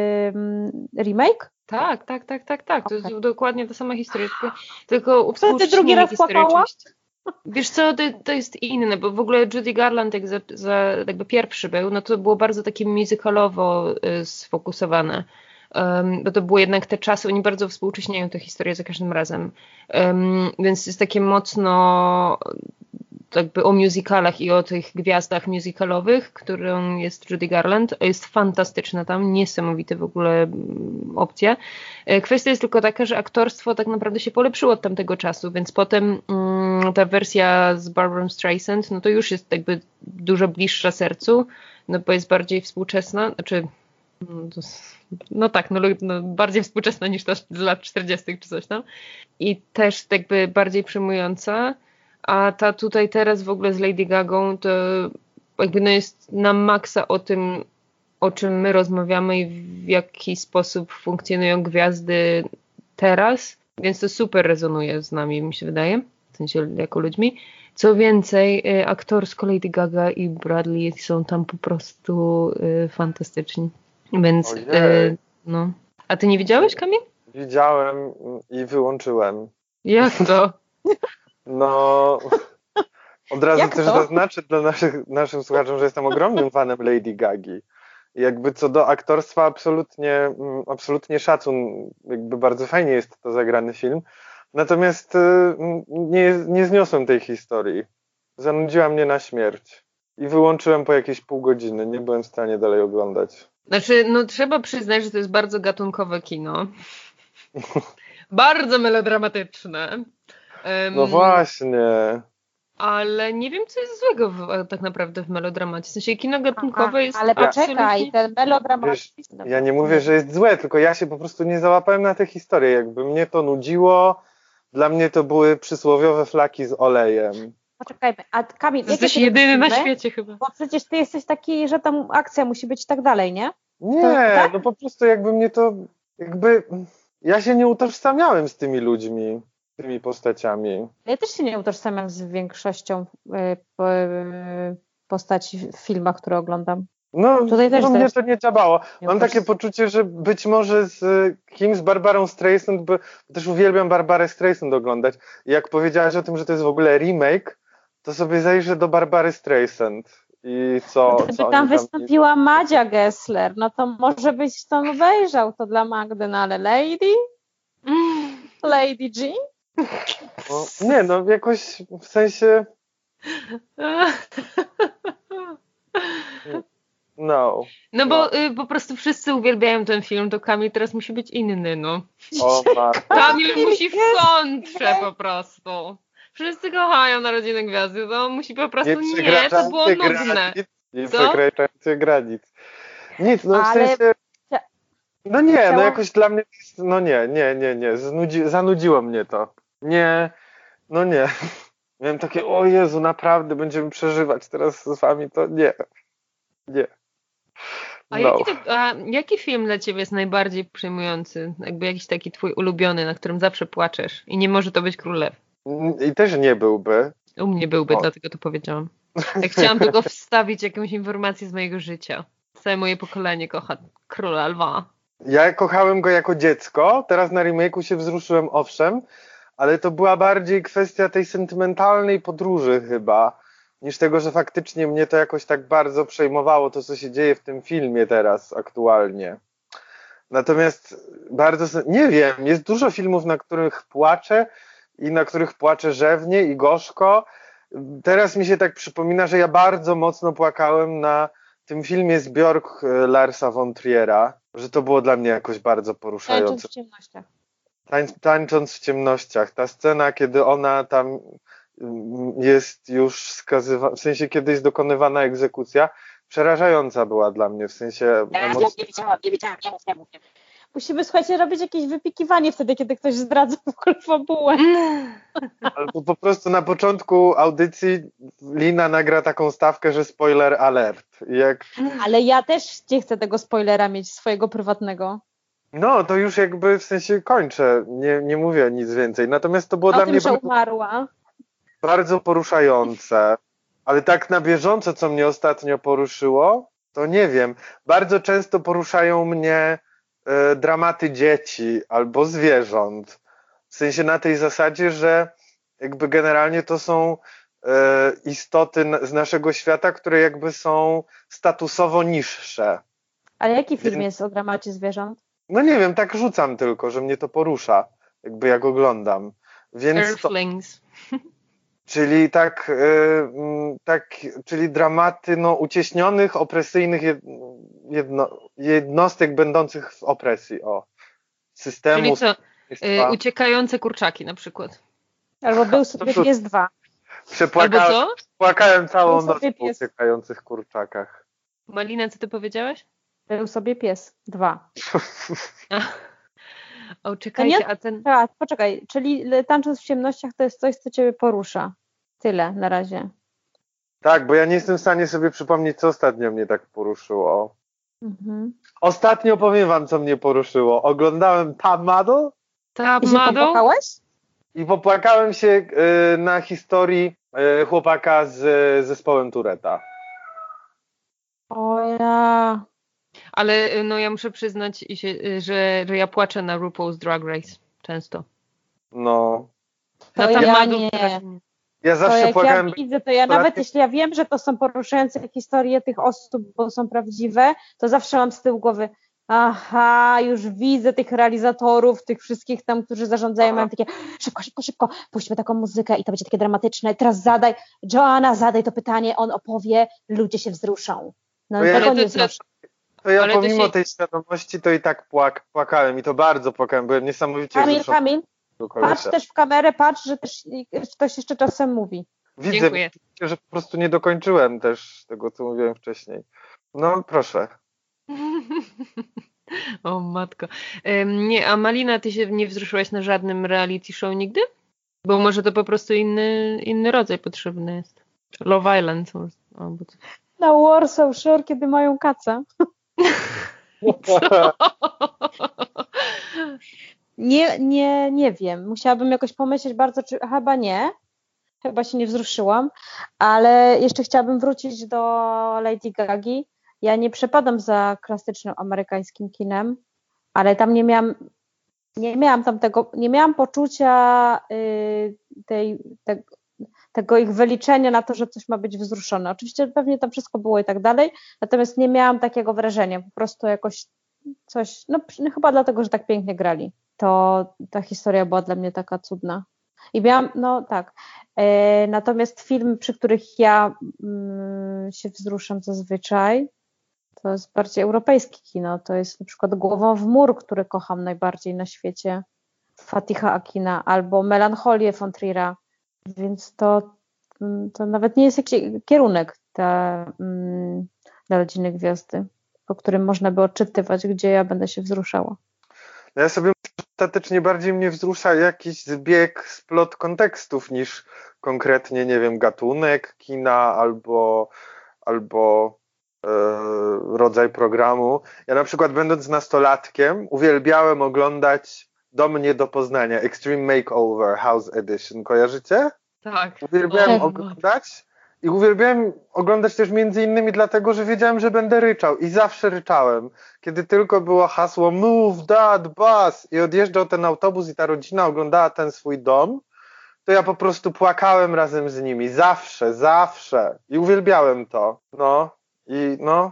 um, remake? Tak, tak, tak, tak, tak. To okay. jest dokładnie ta sama historia, tylko, tylko uwspółcześnienie historii oczywiście. Wiesz co, to, to jest inne, bo w ogóle Judy Garland jak za, za jakby pierwszy był, no to było bardzo takie musicalowo y, sfokusowane. Um, bo to było jednak te czasy, oni bardzo współcześniają tę historię za każdym razem. Um, więc jest takie mocno jakby o musicalach i o tych gwiazdach musicalowych, którą jest Judy Garland. Jest fantastyczna tam, niesamowite w ogóle opcja. Kwestia jest tylko taka, że aktorstwo tak naprawdę się polepszyło od tamtego czasu, więc potem um, ta wersja z Barbara Streisand, no to już jest jakby dużo bliższa sercu, no bo jest bardziej współczesna, znaczy no, to, no tak, no, no bardziej współczesna niż ta z lat czterdziestych czy coś tam i też jakby bardziej przyjmująca. A ta tutaj teraz w ogóle z Lady Gagą to jakby no jest na maksa o tym, o czym my rozmawiamy i w jaki sposób funkcjonują gwiazdy teraz, więc to super rezonuje z nami, mi się wydaje, w sensie jako ludźmi. Co więcej, aktorsko Lady Gaga i Bradley są tam po prostu y, fantastyczni, więc y, no. A ty nie widziałeś, Kamil? Widziałem i wyłączyłem. Jak to? No, od razu Jak też to? zaznaczę dla naszych, naszym słuchaczom, że jestem ogromnym fanem Lady Gagi. Jakby co do aktorstwa absolutnie, absolutnie szacun, jakby bardzo fajnie jest to zagrany film. Natomiast nie, nie zniosłem tej historii. Zanudziła mnie na śmierć. I wyłączyłem po jakieś pół godziny. Nie byłem w stanie dalej oglądać. Znaczy, no trzeba przyznać, że to jest bardzo gatunkowe kino. Bardzo melodramatyczne. Um, no właśnie. Ale nie wiem, co jest złego w, tak naprawdę w melodramacie. W sensie kino gatunkowe Aha, jest ale absolutnie... poczekaj, ten melodramat... Ja nie mówię, że jest złe, tylko ja się po prostu nie załapałem na tę historię. Jakby mnie to nudziło, dla mnie to były przysłowiowe flaki z olejem. Poczekajmy, a Kamil... Jesteś jedyny na świecie chyba. Bo przecież ty jesteś taki, że tam akcja musi być i tak dalej, nie? Nie, to, tak? no po prostu jakby mnie to... jakby... ja się nie utożsamiałem z tymi ludźmi, z tymi postaciami. Ja też się nie utożsamiam z większością y, postaci w filmach, które oglądam. No, Tutaj też no mnie też to nie działało. nie Mam takie utożs- poczucie, że być może z kim, z Barbarą Streisand, bo też uwielbiam Barbarę Streisand oglądać. I jak powiedziałaś o tym, że to jest w ogóle remake, to sobie zajrzę do Barbary Streisand. I co, Gdyby co tam oni wystąpiła Madzia Gessler, no to może byś tam obejrzał to dla Magdy, no ale Lady? Lady G? No, nie, no jakoś w sensie no. No bo y, po prostu wszyscy uwielbiają ten film, to Kamil teraz musi być inny, no. O matko. Kamil musi w kontrze po prostu. Wszyscy kochają Narodziny Gwiazdy, to on musi po prostu nie, to było nudne. Granic, nie Co? przekraczający granic. Nic, no w Ale- sensie no nie, no Chciałam- jakoś dla mnie jest, no nie, nie, nie, nie, Znudzi, zanudziło mnie to. Nie, no nie. Miałem takie, o Jezu, naprawdę będziemy przeżywać teraz z wami, to nie, nie. A, No. jaki, to, a jaki film dla ciebie jest najbardziej przejmujący? Jakby jakiś taki twój ulubiony, na którym zawsze płaczesz i nie może to być Królew. I też nie byłby. U mnie byłby, O. dlatego to powiedziałam. Ja chciałam tylko wstawić jakąś informację z mojego życia. Całe moje pokolenie kocha Króla Lwa. Ja kochałem go jako dziecko, teraz na remake'u się wzruszyłem, owszem, ale to była bardziej kwestia tej sentymentalnej podróży chyba, niż tego, że faktycznie mnie to jakoś tak bardzo przejmowało, to co się dzieje w tym filmie teraz aktualnie. Natomiast bardzo, nie wiem, jest dużo filmów, na których płaczę i na których płaczę rzewnie i gorzko. Teraz mi się tak przypomina, że ja bardzo mocno płakałem na tym filmie Zbiorg Larsa von Triera, że to było dla mnie jakoś bardzo poruszające. Tańcząc w ciemnościach. Tań, tańcząc w ciemnościach. Ta scena, kiedy ona tam jest już skazywana, w sensie kiedy jest dokonywana egzekucja, przerażająca była dla mnie, w sensie emocji. Nie widziałam, nie widziałam, nie wiem. Musimy, słuchajcie, robić jakieś wypikiwanie wtedy, kiedy ktoś zdradza w ogóle fabułę. Albo po prostu na początku audycji Lina nagra taką stawkę, że spoiler alert. I jak Ale ja też nie chcę tego spoilera mieć swojego prywatnego. no, to już jakby w sensie kończę, nie, nie mówię nic więcej. Natomiast to było O dla tym, mnie że bardzo, umarła. bardzo poruszające. Ale tak na bieżąco, co mnie ostatnio poruszyło, to nie wiem. Bardzo często poruszają mnie e, dramaty dzieci albo zwierząt. W sensie na tej zasadzie, że jakby generalnie to są e, istoty n- z naszego świata, które jakby są statusowo niższe. Ale jaki film Więc- jest o dramacie zwierząt? No nie wiem, tak rzucam tylko, że mnie to porusza, jakby jak oglądam. Więc to, Earthlings. czyli tak, y, mm, tak, czyli dramaty no, ucieśnionych, opresyjnych jed, jedno, jednostek będących w opresji, o. Systemu. Czyli co? Y, społeczeństwa. uciekające kurczaki na przykład. Albo Był sobie to- pies dwa. Albo Przepłakałem, co? płakałem całą Był noc sobie po pies. uciekających kurczakach. Malina, co ty powiedziałaś? Był sobie pies dwa. O, czekajcie, nie- a ten... A, poczekaj, czyli Tańcząc w ciemnościach to jest coś, co ciebie porusza. Tyle na razie. Tak, bo ja nie jestem w stanie sobie przypomnieć, co ostatnio mnie tak poruszyło. Mhm. Ostatnio powiem wam, co mnie poruszyło. Oglądałem Top Model Top I się Model? popłakałeś? i popłakałem się y, na historii y, chłopaka z y, zespołem Touretta. O ja... Ale y, no ja muszę przyznać, i się, y, że, że ja płaczę na RuPaul's Drag Race często. No. Na To Top ja Model nie. teraz Ja To zawsze jak płakałem. ja widzę, to ja Polacy- nawet jeśli ja wiem, że to są poruszające historie tych osób, bo są prawdziwe, to zawsze mam z tyłu głowy, aha, już widzę tych realizatorów, tych wszystkich tam, którzy zarządzają, Aha. mam takie, szybko, szybko, szybko, puśćmy taką muzykę i to będzie takie dramatyczne, teraz zadaj, Joanna, zadaj to pytanie, on opowie, ludzie się wzruszą. No To ja- tego Ale to- nie to- znoszę. To ja Ale to pomimo się- tej świadomości, to i tak płak, płakałem i to bardzo płakałem. Byłem niesamowicie Kamil, wzruszony Kamil, tego patrz kolesia. też w kamerę, patrz, że też ktoś jeszcze czasem mówi. Widzę, Dziękuję. że po prostu nie dokończyłem też tego, co mówiłem wcześniej. No proszę. O matko. Ym, nie, a Malina, ty się nie wzruszyłaś na żadnym reality show nigdy? Bo może to po prostu inny, inny rodzaj potrzebny jest. Love Island. Albo coś. Na Warsaw Shore, kiedy mają kaca. Nie, nie, nie wiem. Musiałabym jakoś pomyśleć bardzo, czy chyba nie. Chyba się nie wzruszyłam, ale jeszcze chciałabym wrócić do Lady Gagi. Ja nie przepadam za klasycznym amerykańskim kinem, ale tam nie miałam, nie miałam tam tego, nie miałam poczucia y, tej, te, tego ich wyliczenia na to, że coś ma być wzruszone. Oczywiście pewnie tam wszystko było i tak dalej, natomiast nie miałam takiego wrażenia, po prostu jakoś coś, no, no chyba dlatego, że tak pięknie grali. To ta historia była dla mnie taka cudna. I miałam, no tak, e, natomiast filmy, przy których ja mm, się wzruszam zazwyczaj, to jest bardziej europejskie kino, to jest na przykład Głową w mur, który kocham najbardziej na świecie, Fatiha Akina, albo Melancholię von Trier'a, więc to, to nawet nie jest jakiś kierunek ta, mm, dla Rodziny Gwiazdy, po którym można by odczytywać, gdzie ja będę się wzruszała. Ja sobie ostatecznie bardziej mnie wzrusza jakiś zbieg, splot kontekstów niż konkretnie, nie wiem, gatunek kina albo, albo e, rodzaj programu. Ja na przykład będąc nastolatkiem uwielbiałem oglądać Dom nie do poznania, Extreme Makeover, House Edition. Kojarzycie? Tak. Uwielbiałem oglądać i uwielbiałem oglądać też między innymi dlatego, że wiedziałem, że będę ryczał i zawsze ryczałem. Kiedy tylko było hasło move, dad, bus i odjeżdżał ten autobus i ta rodzina oglądała ten swój dom, to ja po prostu płakałem razem z nimi. Zawsze, zawsze. I uwielbiałem to. No. I no.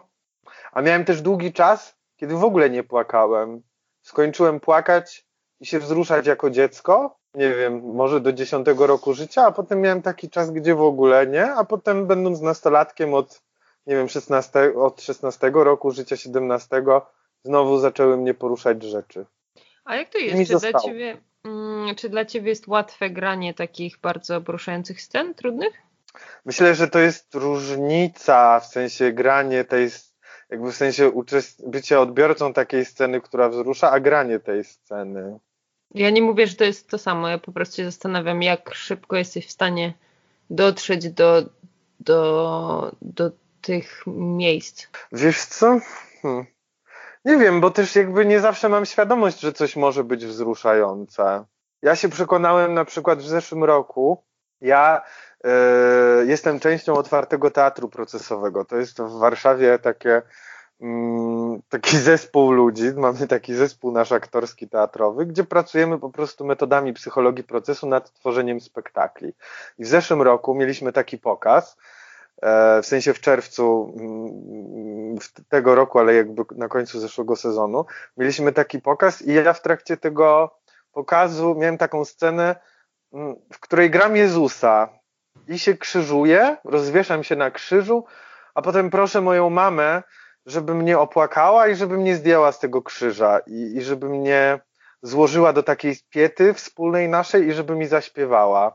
A miałem też długi czas, kiedy w ogóle nie płakałem. Skończyłem płakać i się wzruszać jako dziecko. Nie wiem, może do dziesiątego roku życia, a potem miałem taki czas, gdzie w ogóle nie, a potem będąc nastolatkiem od, nie wiem, szesnastego, od szesnastego roku życia, siedemnastego, znowu zaczęły mnie poruszać rzeczy. A jak to jest? Czy dla, ciebie, mm, czy dla ciebie jest łatwe granie takich bardzo poruszających scen, trudnych? Myślę, że to jest różnica, w sensie granie tej, jakby w sensie uczest- bycie odbiorcą takiej sceny, która wzrusza, a granie tej sceny. Ja nie mówię, że to jest to samo, ja po prostu się zastanawiam, jak szybko jesteś w stanie dotrzeć do, do, do tych miejsc. Wiesz co? Hmm. Nie wiem, bo też jakby nie zawsze mam świadomość, że coś może być wzruszające. Ja się przekonałem na przykład w zeszłym roku, ja y, jestem częścią Otwartego Teatru Procesowego. To jest w Warszawie takie taki zespół ludzi, mamy taki zespół nasz aktorski, teatrowy, gdzie pracujemy po prostu metodami psychologii procesu nad tworzeniem spektakli. I w zeszłym roku mieliśmy taki pokaz, w sensie w czerwcu tego roku, ale jakby na końcu zeszłego sezonu, mieliśmy taki pokaz i ja w trakcie tego pokazu miałem taką scenę, w której gram Jezusa i się krzyżuję, rozwieszam się na krzyżu, a potem proszę moją mamę, żeby mnie opłakała i żeby mnie zdjęła z tego krzyża i, i żeby mnie złożyła do takiej piety wspólnej naszej i żeby mi zaśpiewała.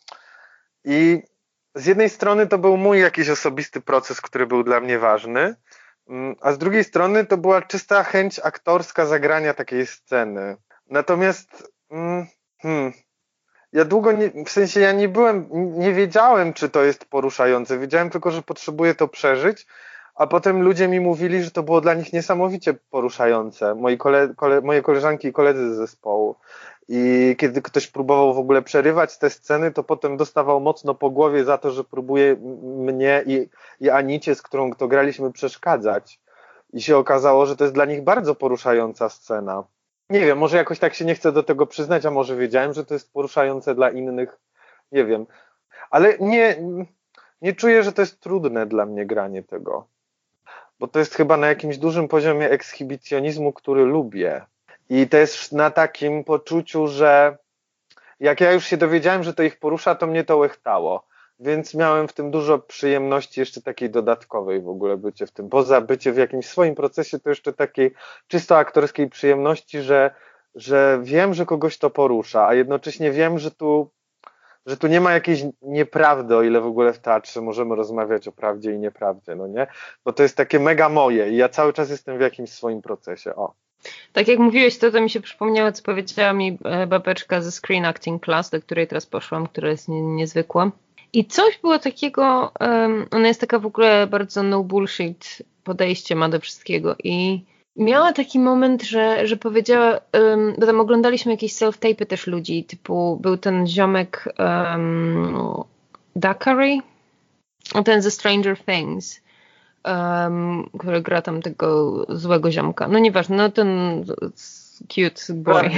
I z jednej strony to był mój jakiś osobisty proces, który był dla mnie ważny, a z drugiej strony to była czysta chęć aktorska zagrania takiej sceny. Natomiast hmm, ja długo, nie, w sensie ja nie byłem, nie wiedziałem, czy to jest poruszające. Wiedziałem tylko, że potrzebuję to przeżyć, a potem ludzie mi mówili, że to było dla nich niesamowicie poruszające. Moi kole, kole, moje koleżanki i koledzy z zespołu. I kiedy ktoś próbował w ogóle przerywać te sceny, to potem dostawał mocno po głowie za to, że próbuje mnie i, i Anicie, z którą to graliśmy, przeszkadzać. I się okazało, że to jest dla nich bardzo poruszająca scena. Nie wiem, może jakoś tak się nie chcę do tego przyznać, a może wiedziałem, że to jest poruszające dla innych. Nie wiem. Ale nie, nie czuję, że to jest trudne dla mnie granie tego. Bo to jest chyba na jakimś dużym poziomie ekshibicjonizmu, który lubię. I też na takim poczuciu, że jak ja już się dowiedziałem, że to ich porusza, to mnie to łechtało. Więc miałem w tym dużo przyjemności jeszcze takiej dodatkowej w ogóle bycie w tym. Poza bycie w jakimś swoim procesie, to jeszcze takiej czysto aktorskiej przyjemności, że, że wiem, że kogoś to porusza, a jednocześnie wiem, że tu, że tu nie ma jakiejś nieprawdy, o ile w ogóle w teatrze możemy rozmawiać o prawdzie i nieprawdzie, no nie? Bo to jest takie mega moje i ja cały czas jestem w jakimś swoim procesie, o. Tak jak mówiłeś, to, to mi się przypomniało, co powiedziała mi babeczka ze Screen Acting Class, do której teraz poszłam, która jest nie, niezwykła. I coś było takiego, um, ona jest taka w ogóle bardzo no bullshit podejście ma do wszystkiego i miała taki moment, że, że powiedziała, um, bo tam oglądaliśmy jakieś self-tape'y też ludzi, typu był ten ziomek um, Dakari, ten ze Stranger Things, um, który gra tam tego złego ziomka. No nieważne, no ten cute boy.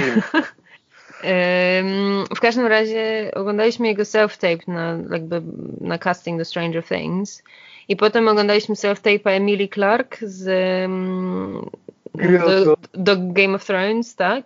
um, w każdym razie oglądaliśmy jego self-tape na, jakby, na casting do Stranger Things i potem oglądaliśmy self-tape Emilia Clarke z um, do, do Game of Thrones, tak?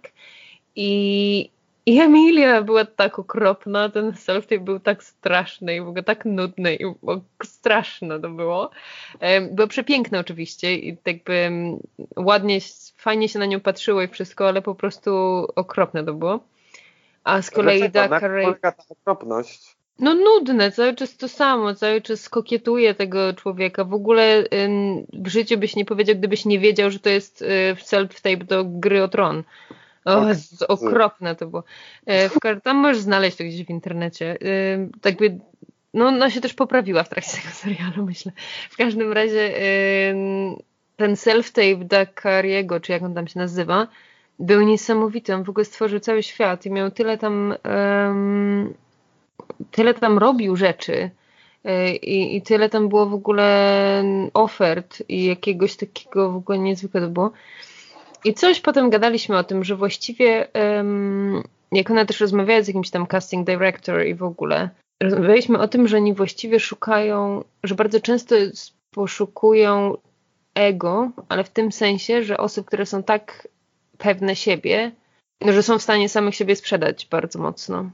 I, i Emilia była tak okropna, ten self-tape był tak straszny i w ogóle tak nudny i o, straszne to było. Było przepiękne oczywiście i jakby ładnie, fajnie się na nią patrzyło i wszystko, ale po prostu okropne to było. A z kolei Dakari... polega ta okropność? No nudne, cały czas to samo, cały czas kokietuje tego człowieka. W ogóle ym, w życiu byś nie powiedział, gdybyś nie wiedział, że to jest y, self-tape do Gry o Tron. O, jest okropne to było. Y, w, tam możesz znaleźć to gdzieś w internecie. Y, tak by, no ona się też poprawiła w trakcie tego serialu, myślę. W każdym razie y, ten self-tape Dakariego, czy jak on tam się nazywa, był niesamowity. On w ogóle stworzył cały świat i miał tyle tam... Ym, tyle tam robił rzeczy i, i tyle tam było w ogóle ofert i jakiegoś takiego w ogóle niezwykłego było. I coś potem gadaliśmy o tym, że właściwie um, jak ona też rozmawiała z jakimś tam casting director i w ogóle, rozmawialiśmy o tym, że oni właściwie szukają, że bardzo często poszukują ego, ale w tym sensie, że osób, które są tak pewne siebie, że są w stanie samych siebie sprzedać bardzo mocno.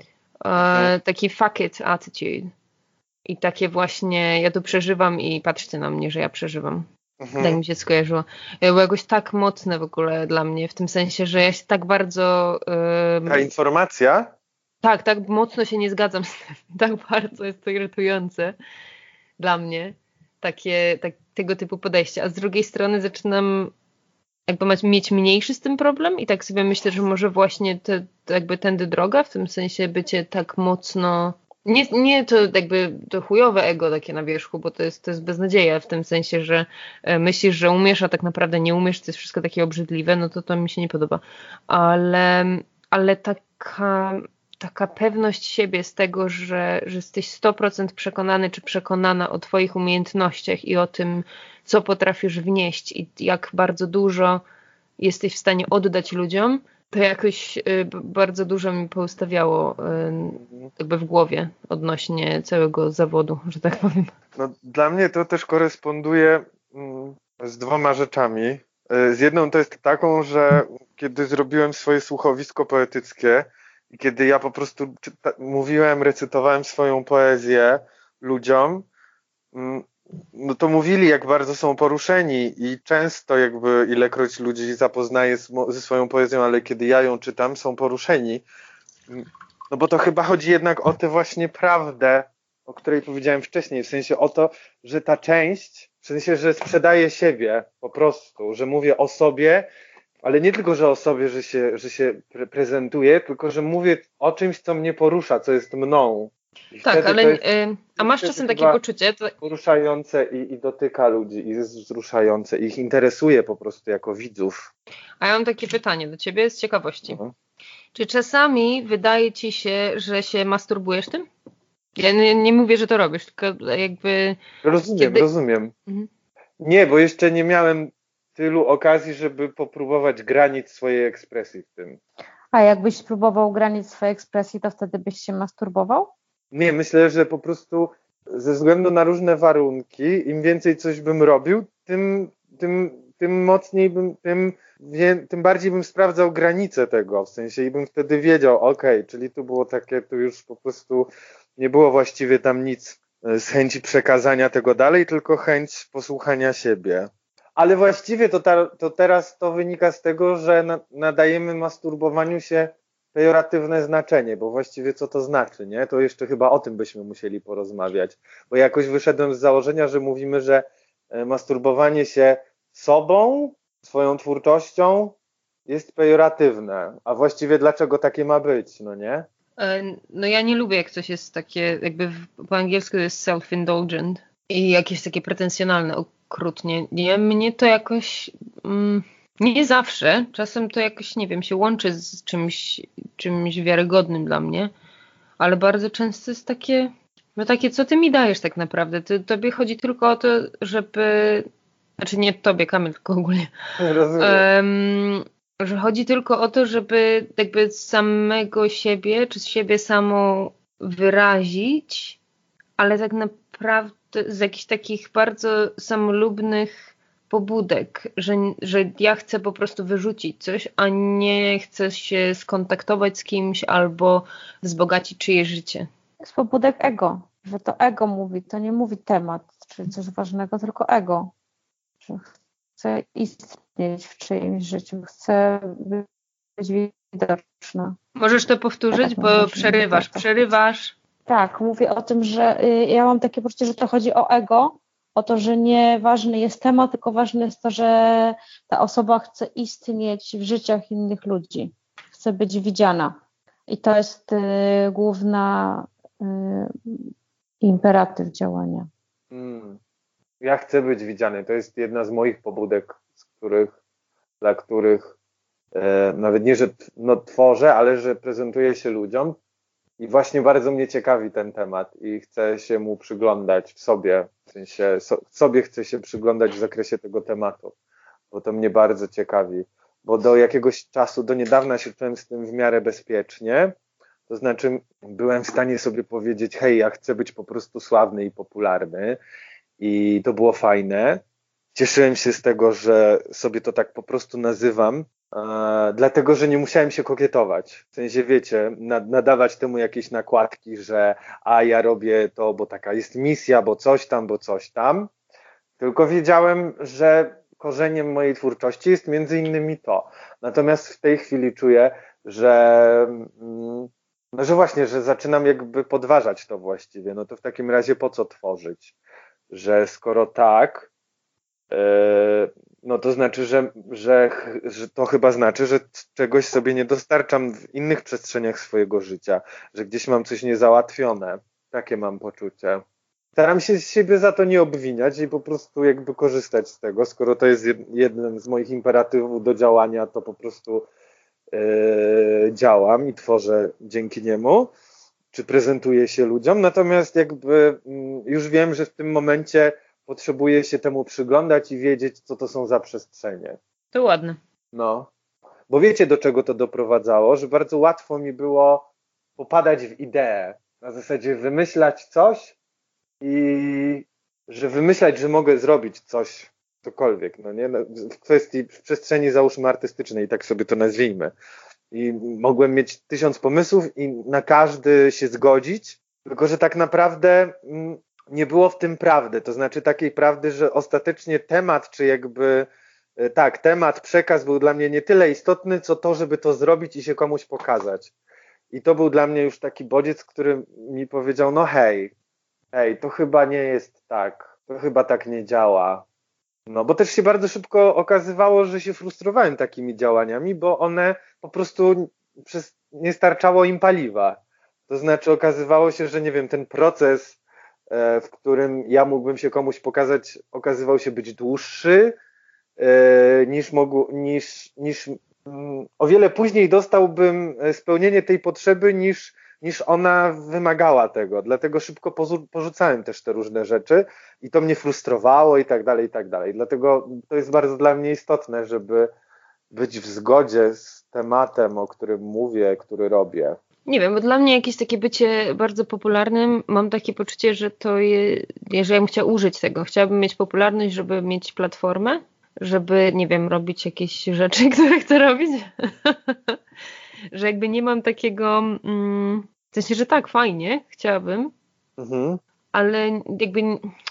E, taki fuck it attitude. I takie właśnie, ja tu przeżywam i patrzcie na mnie, że ja przeżywam. Mhm. Tak mi się skojarzyło. Było jakoś tak mocne w ogóle dla mnie, w tym sensie, że ja się tak bardzo... Um, Ta informacja? Tak, tak mocno się nie zgadzam z tym. Tak bardzo jest to irytujące dla mnie. Takie, tak, tego typu podejście. A z drugiej strony zaczynam jakby mieć mniejszy z tym problem i tak sobie myślę, że może właśnie te, jakby tędy droga, w tym sensie bycie tak mocno, nie, nie to jakby to chujowe ego takie na wierzchu, bo to jest, to jest beznadzieja w tym sensie, że myślisz, że umiesz, a tak naprawdę nie umiesz, to jest wszystko takie obrzydliwe, no to to mi się nie podoba. Ale, ale taka, taka pewność siebie z tego, że, że jesteś sto procent przekonany czy przekonana o twoich umiejętnościach i o tym, co potrafisz wnieść i jak bardzo dużo jesteś w stanie oddać ludziom, to jakoś y, bardzo dużo mi poustawiało y, jakby w głowie odnośnie całego zawodu, że tak powiem. No, dla mnie to też koresponduje mm, z dwoma rzeczami. Y, z jedną to jest taką, że kiedy zrobiłem swoje słuchowisko poetyckie i kiedy ja po prostu czyta- mówiłem, recytowałem swoją poezję ludziom, mm, no to mówili, jak bardzo są poruszeni i często jakby ilekroć ludzi zapoznaję z, ze swoją poezją, ale kiedy ja ją czytam, są poruszeni. No bo to chyba chodzi jednak o tę właśnie prawdę, o której powiedziałem wcześniej, w sensie o to, że ta część, w sensie, że sprzedaję siebie po prostu, że mówię o sobie, ale nie tylko, że o sobie, że się, że się pre- prezentuję, tylko, że mówię o czymś, co mnie porusza, co jest mną. I tak, ale jest, y, a masz czasem takie poczucie? To... Poruszające i, i dotyka ludzi, i jest wzruszające, i ich interesuje po prostu jako widzów. A ja mam takie pytanie do ciebie z ciekawości. Mhm. Czy czasami wydaje ci się, że się masturbujesz tym? Ja nie, nie mówię, że to robisz, tylko jakby... Rozumiem, kiedy... rozumiem. Mhm. Nie, bo jeszcze nie miałem tylu okazji, żeby popróbować granic swojej ekspresji w tym. A jakbyś spróbował granic swojej ekspresji, to wtedy byś się masturbował? Nie, myślę, że po prostu ze względu na różne warunki, im więcej coś bym robił, tym, tym, tym mocniej bym, tym, wie, tym bardziej bym sprawdzał granice tego, w sensie i bym wtedy wiedział, okej, czyli tu było takie, tu już po prostu nie było właściwie tam nic z chęci przekazania tego dalej, tylko chęć posłuchania siebie. Ale właściwie to, ta, to teraz to wynika z tego, że na, nadajemy masturbowaniu się pejoratywne znaczenie, bo właściwie co to znaczy, nie? To jeszcze chyba o tym byśmy musieli porozmawiać, bo jakoś wyszedłem z założenia, że mówimy, że masturbowanie się sobą, swoją twórczością jest pejoratywne, a właściwie dlaczego takie ma być, no nie? No ja nie lubię, jak coś jest takie, jakby po angielsku jest self-indulgent i jakieś takie pretensjonalne. okrutnie. Nie, mnie to jakoś... Mm, nie zawsze. Czasem to jakoś, nie wiem, się łączy z czymś, czymś wiarygodnym dla mnie. Ale bardzo często jest takie... No takie, co ty mi dajesz tak naprawdę? Ty, tobie chodzi tylko o to, żeby... Znaczy nie tobie, Kamil, tylko ogólnie. Um, że chodzi tylko o to, żeby jakby samego siebie, czy siebie samą wyrazić, ale tak naprawdę z jakichś takich bardzo samolubnych pobudek, że, że ja chcę po prostu wyrzucić coś, a nie chcę się skontaktować z kimś albo wzbogacić czyjeś życie. Z pobudek ego, że to ego mówi, to nie mówi temat, czy coś ważnego, tylko ego. Że chcę istnieć w czyimś życiu, chcę być widoczna. Możesz to powtórzyć, tak, bo przerywasz, tak, przerywasz. Tak, mówię o tym, że y, ja mam takie poczucie, że to chodzi o ego, o to, że nie ważny jest temat, tylko ważne jest to, że ta osoba chce istnieć w życiach innych ludzi, chce być widziana. I to jest y, główna y, imperatyw działania. Hmm. Ja chcę być widziany. To jest jedna z moich pobudek, z których, dla których e, nawet nie, że no, tworzę, ale że prezentuję się ludziom. I właśnie bardzo mnie ciekawi ten temat i chcę się mu przyglądać w sobie. W sensie so, sobie chcę się przyglądać w zakresie tego tematu, bo to mnie bardzo ciekawi. Bo do jakiegoś czasu, do niedawna się czułem z tym w miarę bezpiecznie. To znaczy byłem w stanie sobie powiedzieć, hej, ja chcę być po prostu sławny i popularny. I to było fajne. Cieszyłem się z tego, że sobie to tak po prostu nazywam, e, dlatego, że nie musiałem się kokietować. W sensie, wiecie, nad, nadawać temu jakieś nakładki, że a ja robię to, bo taka jest misja, bo coś tam, bo coś tam. Tylko wiedziałem, że korzeniem mojej twórczości jest między innymi to. Natomiast w tej chwili czuję, że... Mm, no, że właśnie, że zaczynam jakby podważać to właściwie. No to w takim razie po co tworzyć? Że skoro tak, yy, no to znaczy, że, że, że to chyba znaczy, że czegoś sobie nie dostarczam w innych przestrzeniach swojego życia, że gdzieś mam coś niezałatwione. Takie mam poczucie. Staram się z siebie za to nie obwiniać i po prostu jakby korzystać z tego. Skoro to jest jeden z moich imperatywów do działania, to po prostu yy, działam i tworzę dzięki niemu. Czy prezentuję się ludziom, natomiast jakby już wiem, że w tym momencie potrzebuję się temu przyglądać i wiedzieć, co to są za przestrzenie. To ładne. No, bo wiecie, do czego to doprowadzało, że bardzo łatwo mi było popadać w ideę, na zasadzie wymyślać coś i że wymyślać, że mogę zrobić coś, cokolwiek, no nie, w kwestii, w przestrzeni załóżmy artystycznej, tak sobie to nazwijmy. I mogłem mieć tysiąc pomysłów i na każdy się zgodzić, tylko że tak naprawdę nie było w tym prawdy, to znaczy takiej prawdy, że ostatecznie temat, czy jakby tak, temat, przekaz był dla mnie nie tyle istotny, co to, żeby to zrobić i się komuś pokazać. I to był dla mnie już taki bodziec, który mi powiedział, no hej, hej, to chyba nie jest tak, to chyba tak nie działa. No, bo też się bardzo szybko okazywało, że się frustrowałem takimi działaniami, bo one po prostu przez, nie starczało im paliwa. To znaczy okazywało się, że nie wiem, ten proces, e, w którym ja mógłbym się komuś pokazać, okazywał się być dłuższy, e, niż, mogło, niż, niż mm, o wiele później dostałbym spełnienie tej potrzeby, niż, niż ona wymagała tego. Dlatego szybko pozu- porzucałem też te różne rzeczy i to mnie frustrowało i tak dalej, i tak dalej. Dlatego to jest bardzo dla mnie istotne, żeby być w zgodzie z tematem, o którym mówię, który robię. Nie wiem, bo dla mnie jakieś takie bycie bardzo popularnym, mam takie poczucie, że to je, że ja bym chciała użyć tego. Chciałabym mieć popularność, żeby mieć platformę, żeby, nie wiem, robić jakieś rzeczy, które chcę robić. Że jakby nie mam takiego, mm, w sensie, że tak, fajnie, chciałabym, mhm. ale jakby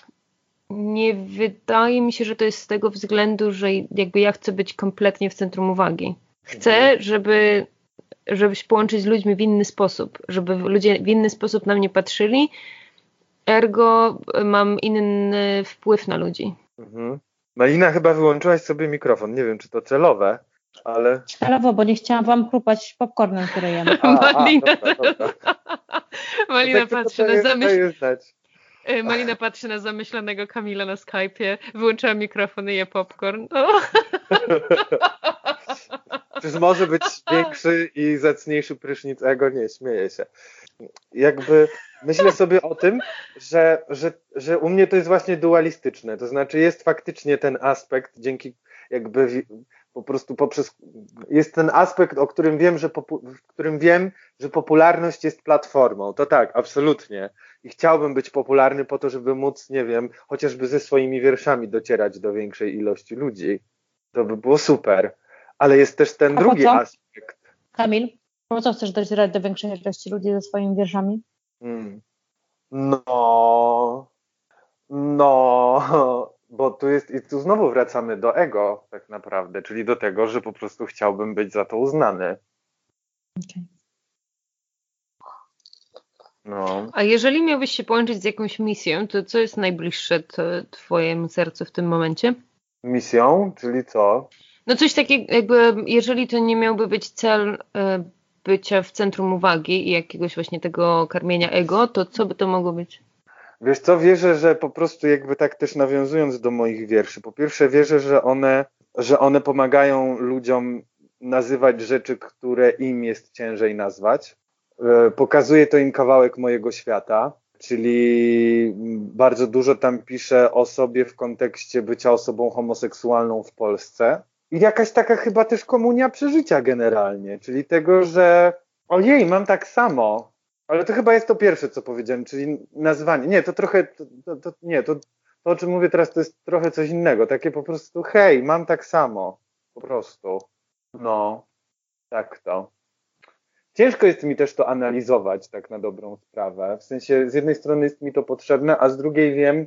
nie wydaje mi się, że to jest z tego względu, że jakby ja chcę być kompletnie w centrum uwagi. Chcę, żeby, żeby się połączyć z ludźmi w inny sposób, żeby ludzie w inny sposób na mnie patrzyli, ergo mam inny wpływ na ludzi. Mhm. Malina, chyba wyłączyłaś sobie mikrofon, nie wiem, czy to celowe, ale... Celowo, bo nie chciałam wam chrupać popcornem, który jem. A, Malina, a, dobra, dobra. Malina tak patrzy na zamyśl... Malina patrzy na zamyślonego Kamila na Skype'ie, wyłączyła mikrofon i je popcorn. No. Czyż może być większy i zacniejszy prysznic ego? Nie, śmieję się. Jakby myślę sobie o tym, że, że, że u mnie to jest właśnie dualistyczne. To znaczy jest faktycznie ten aspekt, dzięki jakby po prostu poprzez jest ten aspekt, o którym wiem, że popu- w którym wiem, że popularność jest platformą. To tak, absolutnie. I chciałbym być popularny po to, żeby móc, nie wiem, chociażby ze swoimi wierszami docierać do większej ilości ludzi. To by było super. Ale jest też ten A drugi po co? aspekt. Kamil, po co chcesz docierać do większej ilości ludzi ze swoimi wierszami? Hmm. No, no, bo tu jest, i tu znowu wracamy do ego tak naprawdę, czyli do tego, że po prostu chciałbym być za to uznany. Okay. No. A jeżeli miałbyś się połączyć z jakąś misją, to co jest najbliższe t- twojemu sercu w tym momencie? Misją, czyli co? No coś takiego, jakby jeżeli to nie miałby być cel y, bycia w centrum uwagi i jakiegoś właśnie tego karmienia ego, to co by to mogło być? Wiesz co, wierzę, że po prostu jakby tak też nawiązując do moich wierszy, po pierwsze wierzę, że one, że one pomagają ludziom nazywać rzeczy, które im jest ciężej nazwać. Pokazuje to im kawałek mojego świata, czyli bardzo dużo tam piszę o sobie w kontekście bycia osobą homoseksualną w Polsce. I jakaś taka chyba też komunia przeżycia generalnie, czyli tego, że ojej, mam tak samo. Ale to chyba jest to pierwsze, co powiedziałem, czyli nazwanie. Nie, to trochę, to, to, to, nie, to, to o czym mówię teraz, to jest trochę coś innego. Takie po prostu, hej, mam tak samo. Po prostu. No, tak to. Ciężko jest mi też to analizować tak na dobrą sprawę. W sensie z jednej strony jest mi to potrzebne, a z drugiej wiem,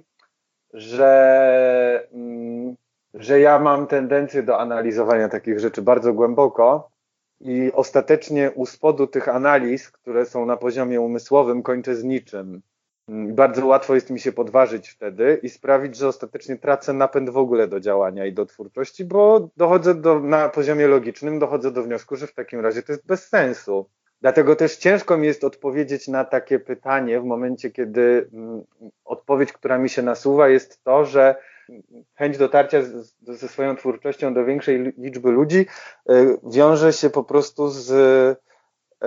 że, mm, że ja mam tendencję do analizowania takich rzeczy bardzo głęboko i ostatecznie u spodu tych analiz, które są na poziomie umysłowym, kończę z niczym. Bardzo łatwo jest mi się podważyć wtedy i sprawić, że ostatecznie tracę napęd w ogóle do działania i do twórczości, bo dochodzę do, na poziomie logicznym dochodzę do wniosku, że w takim razie to jest bez sensu. Dlatego też ciężko mi jest odpowiedzieć na takie pytanie w momencie, kiedy mm, odpowiedź, która mi się nasuwa, jest to, że chęć dotarcia z, ze swoją twórczością do większej liczby ludzi y, wiąże się po prostu z, y,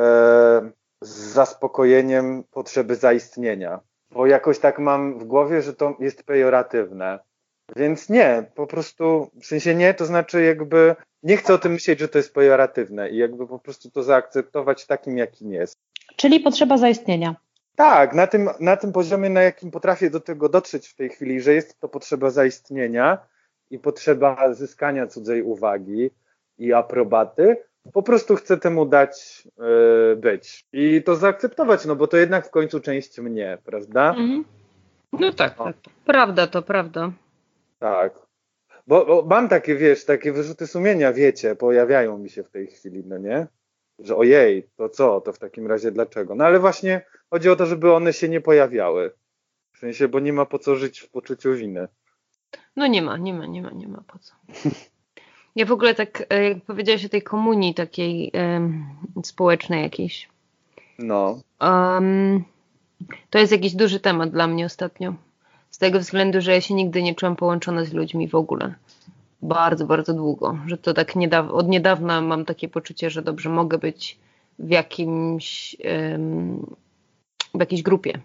z zaspokojeniem potrzeby zaistnienia. Bo jakoś tak mam w głowie, że to jest pejoratywne. Więc nie, po prostu, w sensie nie, to znaczy jakby nie chcę o tym myśleć, że to jest pejoratywne i jakby po prostu to zaakceptować takim, jakim jest. Czyli potrzeba zaistnienia. Tak, na tym, na tym poziomie, na jakim potrafię do tego dotrzeć w tej chwili, że jest to potrzeba zaistnienia i potrzeba zyskania cudzej uwagi i aprobaty, po prostu chcę temu dać yy, być. I to zaakceptować, no bo to jednak w końcu część mnie, prawda? Mhm. No tak, tak. Prawda to, prawda. Tak. Bo, bo mam takie, wiesz, takie wyrzuty sumienia, wiecie, pojawiają mi się w tej chwili, no nie? Że ojej, to co, to w takim razie dlaczego? No ale właśnie chodzi o to, żeby one się nie pojawiały. W sensie, bo nie ma po co żyć w poczuciu winy. No nie ma, nie ma, nie ma, nie ma po co. Ja w ogóle tak, jak powiedziałaś o tej komunii takiej um, społecznej jakiejś. No. Um, to jest jakiś duży temat dla mnie ostatnio. Z tego względu, że ja się nigdy nie czułam połączona z ludźmi w ogóle. Bardzo, bardzo długo. Że to tak niedaw- od niedawna mam takie poczucie, że dobrze mogę być w jakimś um, w jakiejś grupie.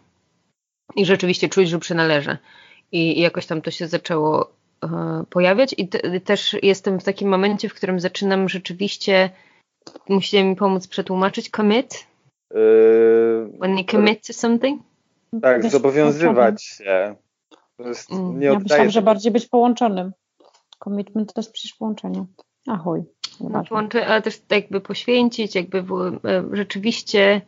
I rzeczywiście czuć, że przynależę. I, i jakoś tam to się zaczęło e, pojawiać. I te, też jestem w takim momencie, w którym zaczynam rzeczywiście, musicie mi pomóc przetłumaczyć, commit? Yy, When you commit to something? tak, Wiesz, zobowiązywać się. To jest, Mm. nie Ja oddaje myślałam, że tego. bardziej być połączonym. Commitment to jest przecież połączenie. Ahoj. No, połączy, ale też jakby poświęcić, jakby w, e, rzeczywiście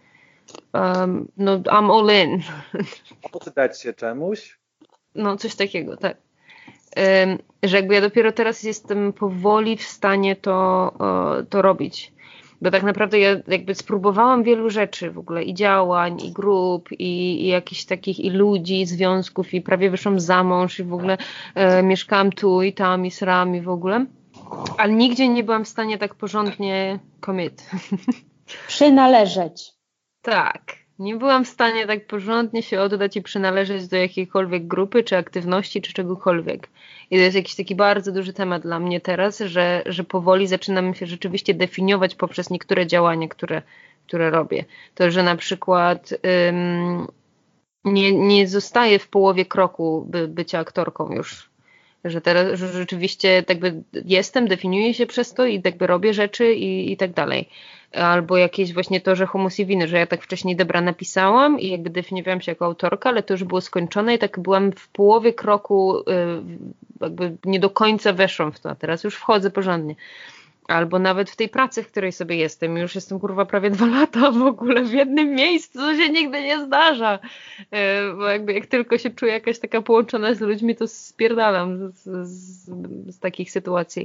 um, no I'm all in. Poddać się czemuś? No coś takiego, tak. Um, że jakby ja dopiero teraz jestem powoli w stanie to, o, to robić. Bo tak naprawdę ja jakby spróbowałam wielu rzeczy w ogóle i działań, i grup, i, i jakichś takich, i ludzi, i związków, i prawie wyszłam za mąż, i w ogóle e, mieszkałam tu, i tam, i sram, i w ogóle. Ale nigdzie nie byłam w stanie tak porządnie commit. Przynależeć. Tak, Nie byłam w stanie tak porządnie się oddać i przynależeć do jakiejkolwiek grupy, czy aktywności, czy czegokolwiek. I to jest jakiś taki bardzo duży temat dla mnie teraz, że, że powoli zaczynam się rzeczywiście definiować poprzez niektóre działania, które, które robię. To, że na przykład ym, nie, nie zostaję w połowie kroku by, bycia aktorką już. Że teraz że rzeczywiście tak by jestem, definiuję się przez to i tak by robię rzeczy i, i tak dalej. Albo jakieś właśnie to, że Humus i wino, że ja tak wcześniej dobra napisałam i jakby definiowałam się jako autorka, ale to już było skończone i tak byłam w połowie kroku, jakby nie do końca weszłam w to, a teraz już wchodzę porządnie. Albo nawet w tej pracy, w której sobie jestem. Już jestem kurwa prawie dwa lata w ogóle w jednym miejscu, co się nigdy nie zdarza. Bo jakby jak tylko się czuję jakaś taka połączona z ludźmi, to spierdalam z, z, z takich sytuacji.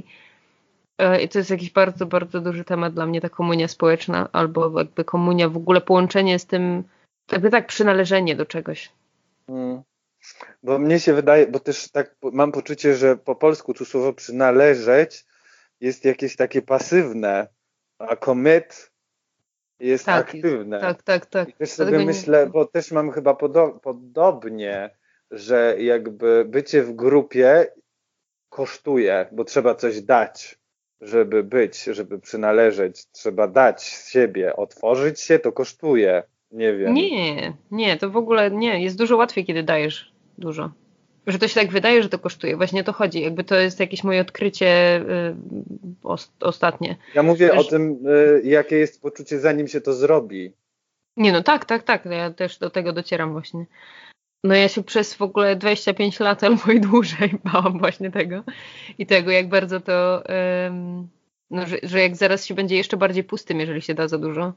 I to jest jakiś bardzo, bardzo duży temat dla mnie, ta komunia społeczna, albo jakby komunia, w ogóle połączenie z tym, jakby tak, przynależenie do czegoś. Hmm. Bo mnie się wydaje, bo też tak mam poczucie, że po polsku tu słowo przynależeć jest jakieś takie pasywne, a commit jest tak, aktywne. Tak, tak, tak. I też sobie myślę, nie... bo też mam chyba podo- podobnie, że jakby bycie w grupie kosztuje, bo trzeba coś dać, żeby być, żeby przynależeć. Trzeba dać z siebie, otworzyć się, to kosztuje. Nie wiem. Nie, nie, to w ogóle nie. Jest dużo łatwiej, kiedy dajesz dużo. Że to się tak wydaje, że to kosztuje. Właśnie o to chodzi. Jakby to jest jakieś moje odkrycie y, os- ostatnie. Ja mówię Wiesz, o tym, y, jakie jest poczucie, zanim się to zrobi. Nie, no tak, tak, tak. Ja też do tego docieram właśnie. No ja się przez w ogóle dwadzieścia pięć lat albo i dłużej bałam właśnie tego. I tego, jak bardzo to... Ym, no, że, że jak zaraz się będzie jeszcze bardziej pustym, jeżeli się da za dużo.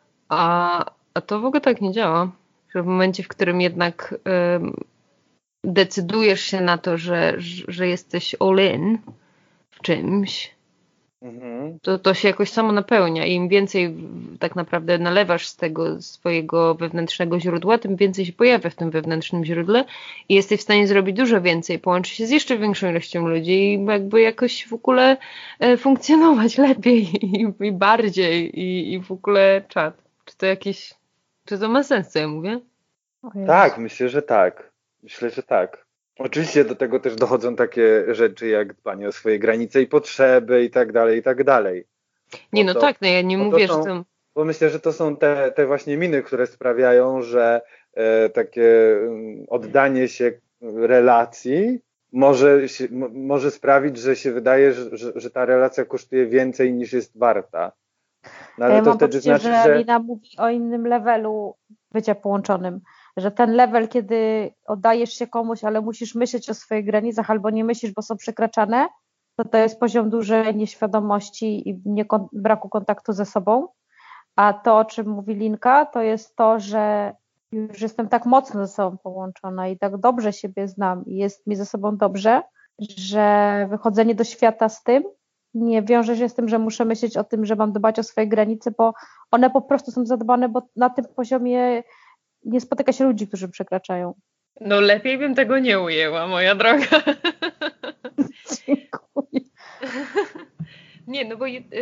A, a to w ogóle tak nie działa. Że w momencie, w którym jednak... Ym, decydujesz się na to, że, że jesteś all in w czymś, mhm. to, to się jakoś samo napełnia i im więcej tak naprawdę nalewasz z tego swojego wewnętrznego źródła, tym więcej się pojawia w tym wewnętrznym źródle i jesteś w stanie zrobić dużo więcej, połączyć się z jeszcze większą ilością ludzi i jakby jakoś w ogóle funkcjonować lepiej i, i bardziej i, i w ogóle czad. Czy to jakieś, czy to ma sens, co ja mówię? Tak, myślę, że tak. Myślę, że tak. Oczywiście do tego też dochodzą takie rzeczy jak dbanie o swoje granice i potrzeby i tak dalej, i tak dalej. Nie, no to, tak, no ja nie mówię, są, że to... Bo myślę, że to są te, te właśnie miny, które sprawiają, że e, takie oddanie się relacji może, się, m- może sprawić, że się wydaje, że, że, że ta relacja kosztuje więcej niż jest warta. No, ale ja to mam wtedy poczucie, znaczy, że Lina mówi o innym levelu bycia połączonym. Że ten level, kiedy oddajesz się komuś, ale musisz myśleć o swoich granicach albo nie myślisz, bo są przekraczane, to to jest poziom dużej nieświadomości i nie, braku kontaktu ze sobą. A to, o czym mówi Linka, to jest to, że już jestem tak mocno ze sobą połączona i tak dobrze siebie znam i jest mi ze sobą dobrze, że wychodzenie do świata z tym nie wiąże się z tym, że muszę myśleć o tym, że mam dbać o swoje granice, bo one po prostu są zadbane, bo na tym poziomie nie spotyka się ludzi, którzy przekraczają. No lepiej bym tego nie ujęła, moja droga. Dziękuję. Nie, no bo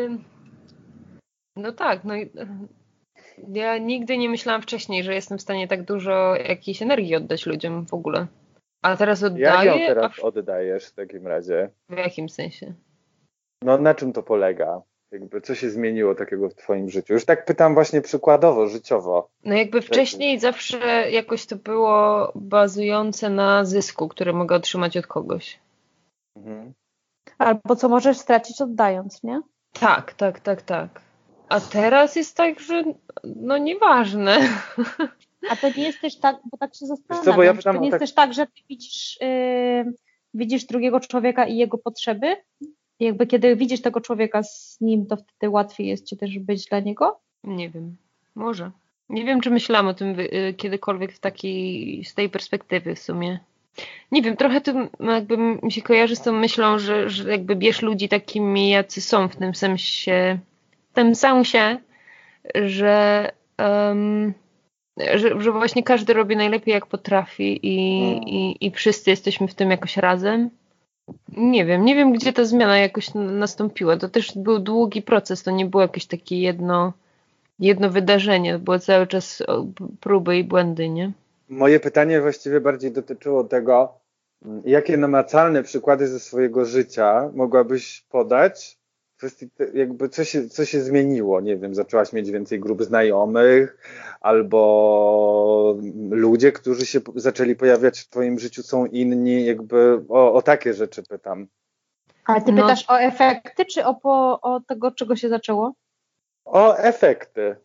no tak, no ja nigdy nie myślałam wcześniej, że jestem w stanie tak dużo jakiejś energii oddać ludziom w ogóle. A teraz oddaję. Jak ją teraz a w... oddajesz w takim razie? W jakim sensie? No na czym to polega? Jakby co się zmieniło takiego w twoim życiu? Już tak pytam właśnie przykładowo, życiowo. No jakby wcześniej zawsze jakoś to było bazujące na zysku, który mogę otrzymać od kogoś. Mhm. Albo co możesz stracić oddając, nie? Tak, tak, tak, tak. A teraz jest tak, że no nieważne. A to nie jest też tak, bo tak się zastanawiam, co, bo ja to nie jest tak... też tak, że ty widzisz, yy, widzisz drugiego człowieka i jego potrzeby? I jakby kiedy widzisz tego człowieka z nim, to wtedy łatwiej jest ci też być dla niego? Nie wiem, może. Nie wiem, czy myślałam o tym kiedykolwiek w takiej, z tej perspektywy w sumie. Nie wiem, trochę to jakby mi się kojarzy z tą myślą, że, że jakby bierz ludzi takimi, jacy są w tym sensie, w tym sensie, że, um, że, że właśnie każdy robi najlepiej jak potrafi i, hmm. i, i wszyscy jesteśmy w tym jakoś razem. Nie wiem, nie wiem gdzie ta zmiana jakoś nastąpiła. To też był długi proces, to nie było jakieś takie jedno, jedno wydarzenie, było cały czas próby i błędy, nie? Moje pytanie właściwie bardziej dotyczyło tego, jakie namacalne przykłady ze swojego życia mogłabyś podać w kwestii, jakby co się, co się zmieniło? Nie wiem, zaczęłaś mieć więcej grup znajomych, albo ludzie, którzy się zaczęli pojawiać w twoim życiu są inni, jakby o, o takie rzeczy pytam. Ale ty No. pytasz o efekty, czy o, po, o tego, czego się zaczęło? O efekty.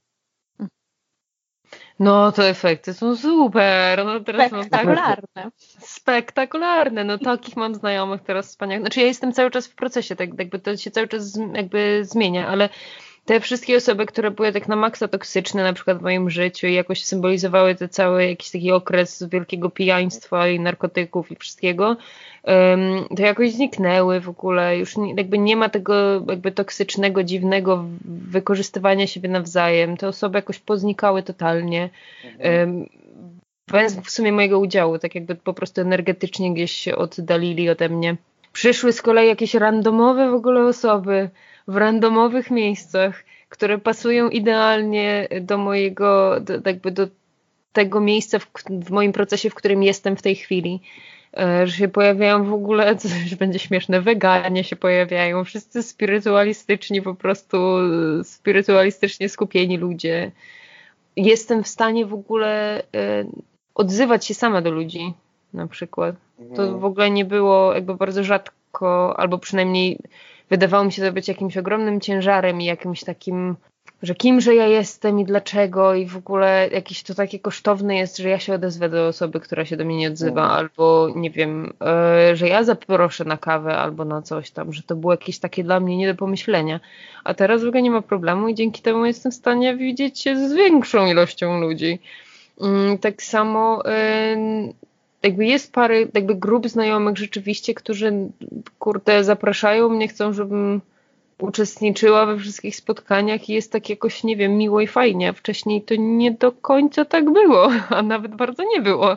No to efekty są super, no teraz mam tak Spektakularne. spektakularne, no takich mam znajomych teraz wspaniałych, znaczy ja jestem cały czas w procesie, tak jakby to się cały czas jakby zmienia, ale te wszystkie osoby, które były tak na maksa toksyczne na przykład w moim życiu i jakoś symbolizowały ten cały jakiś taki okres wielkiego pijaństwa i narkotyków i wszystkiego, um, to jakoś zniknęły w ogóle, już nie, jakby nie ma tego jakby toksycznego, dziwnego wykorzystywania siebie nawzajem, te osoby jakoś poznikały totalnie, mhm. um, bez w sumie mojego udziału, tak jakby po prostu energetycznie gdzieś się oddalili ode mnie. Przyszły z kolei jakieś randomowe w ogóle osoby, w randomowych miejscach, które pasują idealnie do mojego, do, jakby do tego miejsca w, w moim procesie, w którym jestem w tej chwili. E, że się pojawiają w ogóle, co już będzie śmieszne, weganie się pojawiają, wszyscy spirytualistyczni, po prostu spirytualistycznie skupieni ludzie. Jestem w stanie w ogóle e, odzywać się sama do ludzi, na przykład. To w ogóle nie było jakby bardzo rzadko, albo przynajmniej wydawało mi się to być jakimś ogromnym ciężarem i jakimś takim, że kimże ja jestem i dlaczego i w ogóle jakieś to takie kosztowne jest, że ja się odezwę do osoby, która się do mnie nie odzywa, mm. albo nie wiem, e, że ja zaproszę na kawę albo na coś tam, że to było jakieś takie dla mnie nie do pomyślenia. A teraz w ogóle nie ma problemu i dzięki temu jestem w stanie widzieć się z większą ilością ludzi. Mm, tak samo e, jakby jest parę jakby grup znajomych rzeczywiście, którzy kurde zapraszają mnie, chcą, żebym uczestniczyła we wszystkich spotkaniach i jest tak jakoś, nie wiem, miło i fajnie. Wcześniej to nie do końca tak było, a nawet bardzo nie było.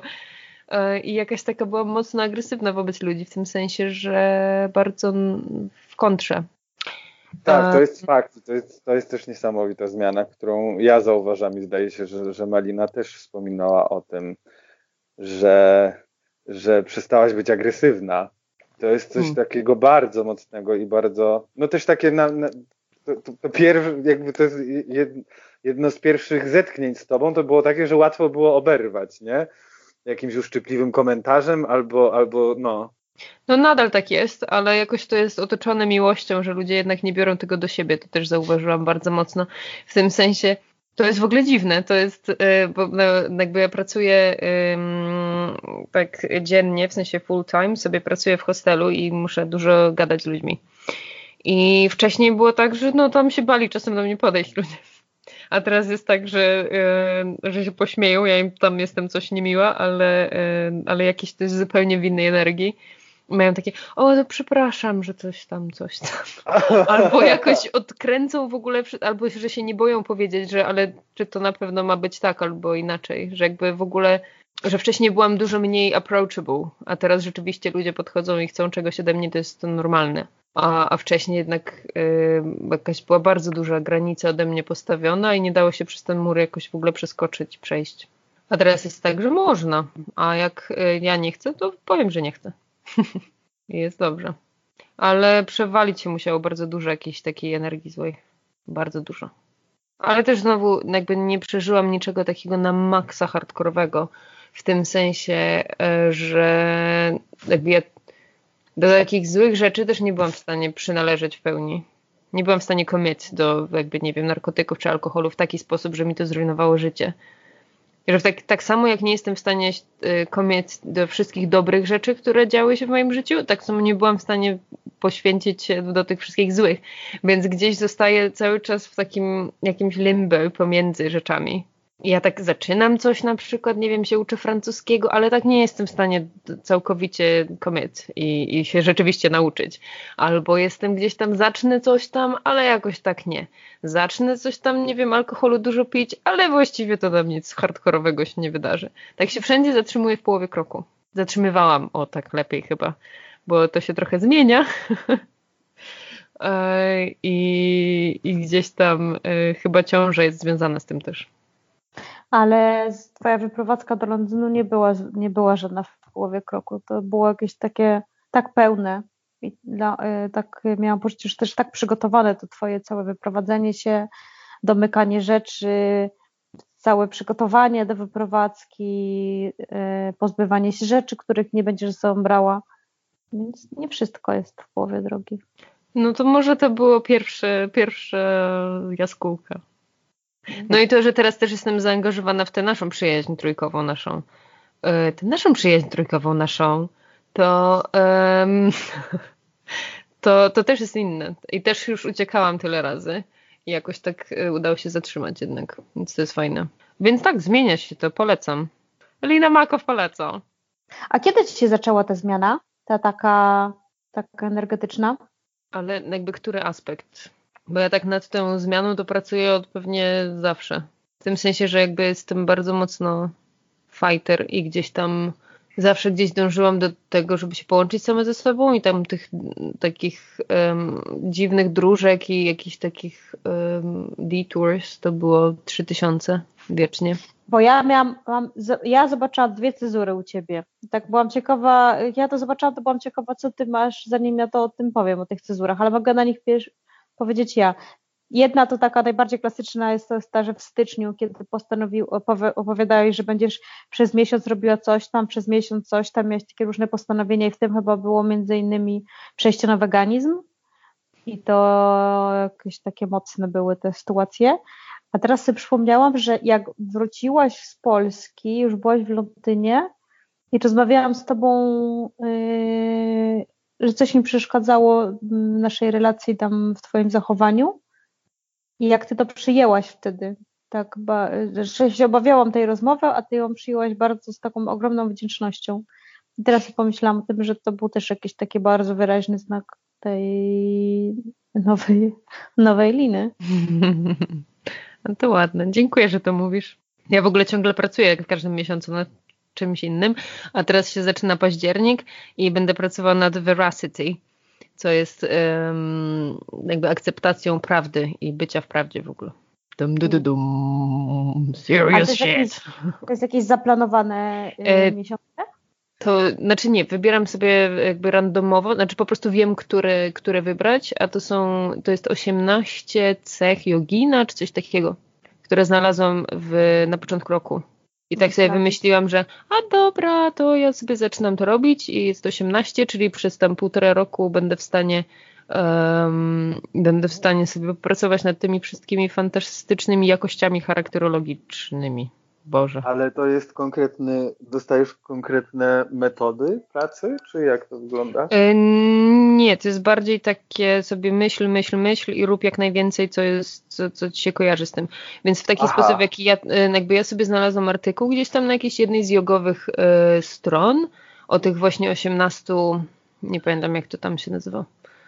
I jakaś taka była mocno agresywna wobec ludzi, w tym sensie, że bardzo w kontrze. Tak, to jest fakt. To jest, to jest też niesamowita zmiana, którą ja zauważam i zdaje się, że, że Malina też wspominała o tym, że, że przestałaś być agresywna. To jest coś hmm. takiego bardzo mocnego i bardzo, no też takie, na, na, to, to, to, pierw, jakby to jest jedno z pierwszych zetknięć z tobą, to było takie, że łatwo było oberwać, nie? Jakimś uszczypliwym komentarzem albo, albo no. No nadal tak jest, ale jakoś to jest otoczone miłością, że ludzie jednak nie biorą tego do siebie, to też zauważyłam bardzo mocno, w tym sensie. To jest w ogóle dziwne, to jest, bo jakby ja pracuję um, tak dziennie, w sensie full time, sobie pracuję w hostelu i muszę dużo gadać z ludźmi. I wcześniej było tak, że no tam się bali czasem do mnie podejść ludzie. A teraz jest tak, że, yy, że się pośmieją, ja im tam jestem coś niemiła, ale, yy, ale jakieś to jest zupełnie w innej energii. Mają takie, o, to przepraszam, że coś tam, coś tam. Albo jakoś odkręcą w ogóle, albo że się nie boją powiedzieć, że ale czy to na pewno ma być tak, albo inaczej. Że jakby w ogóle, że wcześniej byłam dużo mniej approachable, a teraz rzeczywiście ludzie podchodzą i chcą czegoś ode mnie, to jest to normalne. A, a wcześniej jednak yy, jakaś była bardzo duża granica ode mnie postawiona i nie dało się przez ten mur jakoś w ogóle przeskoczyć, przejść. A teraz jest tak, że można. A jak yy, ja nie chcę, to powiem, że nie chcę. Jest dobrze. Ale przewalić się musiało bardzo dużo jakiejś takiej energii złej. Bardzo dużo. Ale też znowu jakby nie przeżyłam niczego takiego na maksa hardkorowego. W tym sensie, że jakby ja do takich złych rzeczy też nie byłam w stanie przynależeć w pełni. Nie byłam w stanie commit do jakby, nie wiem, narkotyków czy alkoholu w taki sposób, że mi to zrujnowało życie. Że tak, tak samo jak nie jestem w stanie commit do wszystkich dobrych rzeczy, które działy się w moim życiu, tak samo nie byłam w stanie poświęcić się do tych wszystkich złych. Więc gdzieś zostaję cały czas w takim jakimś limbo pomiędzy rzeczami. Ja tak zaczynam coś na przykład, nie wiem, się uczę francuskiego, ale tak nie jestem w stanie całkowicie commit i, i się rzeczywiście nauczyć. Albo jestem gdzieś tam, zacznę coś tam, ale jakoś tak nie. Zacznę coś tam, nie wiem, alkoholu dużo pić, ale właściwie to tam nic hardkorowego się nie wydarzy. Tak się wszędzie zatrzymuję w połowie kroku. Zatrzymywałam, o tak lepiej chyba, bo to się trochę zmienia. i, i gdzieś tam chyba ciąża jest związana z tym też. Ale twoja wyprowadzka do Londynu nie była, nie była żadna w połowie kroku. To było jakieś takie tak pełne. I dla, tak miałam poczucie, że też tak przygotowane to twoje całe wyprowadzenie się, domykanie rzeczy, całe przygotowanie do wyprowadzki, pozbywanie się rzeczy, których nie będziesz ze sobą brała. Więc nie wszystko jest w połowie drogi. No to może to było pierwsze, pierwsze jaskółka. No i to, że teraz też jestem zaangażowana w tę naszą przyjaźń trójkową naszą, tę naszą przyjaźń trójkową naszą, to, um, to, to też jest inne. I też już uciekałam tyle razy i jakoś tak udało się zatrzymać jednak, więc to jest fajne. Więc tak, zmienia się to, polecam. Lina Makow poleca. A kiedy ci się zaczęła ta zmiana? Ta taka, taka energetyczna? Ale jakby który aspekt? Bo ja tak nad tą zmianą to pracuję od pewnie zawsze. W tym sensie, że jakby jestem bardzo mocno fighter i gdzieś tam zawsze gdzieś dążyłam do tego, żeby się połączyć same ze sobą i tam tych takich um, dziwnych dróżek i jakichś takich um, detours to było trzy tysiące wiecznie. Bo ja miałam, mam, ja zobaczyłam dwie cezury u ciebie. Tak byłam ciekawa, ja to zobaczyłam, to byłam ciekawa, co ty masz, zanim ja to o tym powiem, o tych cezurach, ale mogę na nich pierwszy powiedzieć ja. Jedna to taka najbardziej klasyczna jest to, jest ta, że w styczniu, kiedy postanowił, opowi- opowiadałeś, że będziesz przez miesiąc robiła coś tam, przez miesiąc coś tam, miałeś takie różne postanowienia i w tym chyba było między innymi przejście na weganizm i to jakieś takie mocne były te sytuacje. A teraz sobie przypomniałam, że jak wróciłaś z Polski, już byłaś w Londynie i rozmawiałam z tobą, yy, że coś mi przeszkadzało w naszej relacji tam w twoim zachowaniu i jak ty to przyjęłaś wtedy. Tak, ba, że się obawiałam tej rozmowy, a ty ją przyjęłaś bardzo z taką ogromną wdzięcznością. I teraz sobie pomyślałam o tym, że to był też jakiś taki bardzo wyraźny znak tej nowej, nowej liny. No to ładne. Dziękuję, że to mówisz. Ja w ogóle ciągle pracuję jak w każdym miesiącu nad czymś innym, a teraz się zaczyna październik i będę pracowała nad veracity, co jest um, jakby akceptacją prawdy i bycia w prawdzie w ogóle. Dum, dum, dum, dum. Serious to shit. Jakieś, to jest jakieś zaplanowane e, miesiące? To znaczy nie, wybieram sobie jakby randomowo, znaczy po prostu wiem, które, które wybrać, a to są, to jest osiemnaście cech jogina, czy coś takiego, które znalazłam w, na początku roku. I tak sobie wymyśliłam, że a dobra, to ja sobie zaczynam to robić i jest osiemnaście, czyli przez tam półtora roku będę w stanie um, będę w stanie sobie popracować nad tymi wszystkimi fantastycznymi jakościami charakterologicznymi. Boże. Ale to jest konkretny, dostajesz konkretne metody pracy, czy jak to wygląda? Yy, nie, to jest bardziej takie sobie myśl, myśl, myśl i rób jak najwięcej, co jest, co, co ci się kojarzy z tym. Więc w taki Aha. sposób, jaki ja, jakby ja sobie znalazłam artykuł gdzieś tam na jakiejś jednej z jogowych yy, stron o tych właśnie osiemnastu, nie pamiętam jak to tam się nazywa,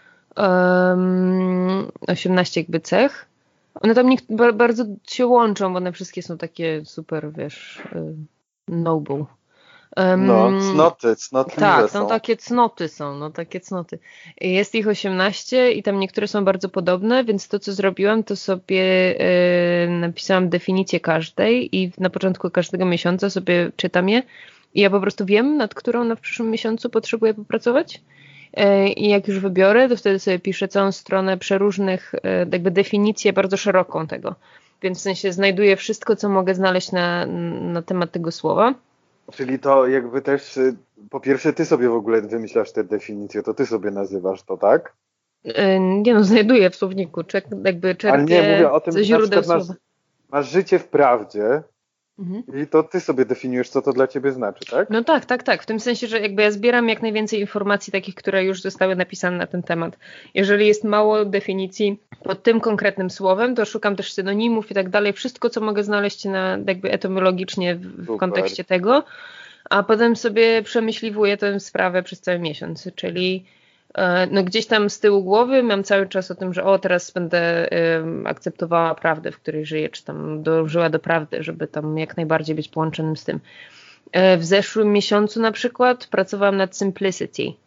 um, osiemnaście jakby cech. One tam nie, bardzo się łączą, bo one wszystkie są takie super, wiesz, noble. Um, no, cnoty, cnoty. Tak, są. no takie cnoty są, no takie cnoty. Jest ich osiemnaście i tam niektóre są bardzo podobne, więc to, co zrobiłam, to sobie e, napisałam definicję każdej i na początku każdego miesiąca sobie czytam je i ja po prostu wiem, nad którą na w przyszłym miesiącu potrzebuję popracować. I jak już wybiorę, to wtedy sobie piszę całą stronę przeróżnych, jakby definicję bardzo szeroką tego. Więc w sensie znajduję wszystko, co mogę znaleźć na, na temat tego słowa. Czyli to jakby też, po pierwsze ty sobie w ogóle wymyślasz te definicje, to ty sobie nazywasz to, tak? Nie no, znajduję w słowniku, czek, jakby czerpię Ale nie, mówię o tym, ze źródeł słowa. Masz, masz życie w prawdzie. Mhm. I to ty sobie definiujesz, co to dla ciebie znaczy, tak? No tak, tak, tak. W tym sensie, że jakby ja zbieram jak najwięcej informacji takich, które już zostały napisane na ten temat. Jeżeli jest mało definicji pod tym konkretnym słowem, to szukam też synonimów i tak dalej. Wszystko, co mogę znaleźć na jakby etymologicznie w, w kontekście tego, a potem sobie przemyśliwuję tę sprawę przez cały miesiąc, czyli no gdzieś tam z tyłu głowy mam cały czas o tym, że o teraz będę um, akceptowała prawdę, w której żyję, czy tam dążyła do prawdy, żeby tam jak najbardziej być połączonym z tym. W zeszłym miesiącu na przykład pracowałam nad simplicity,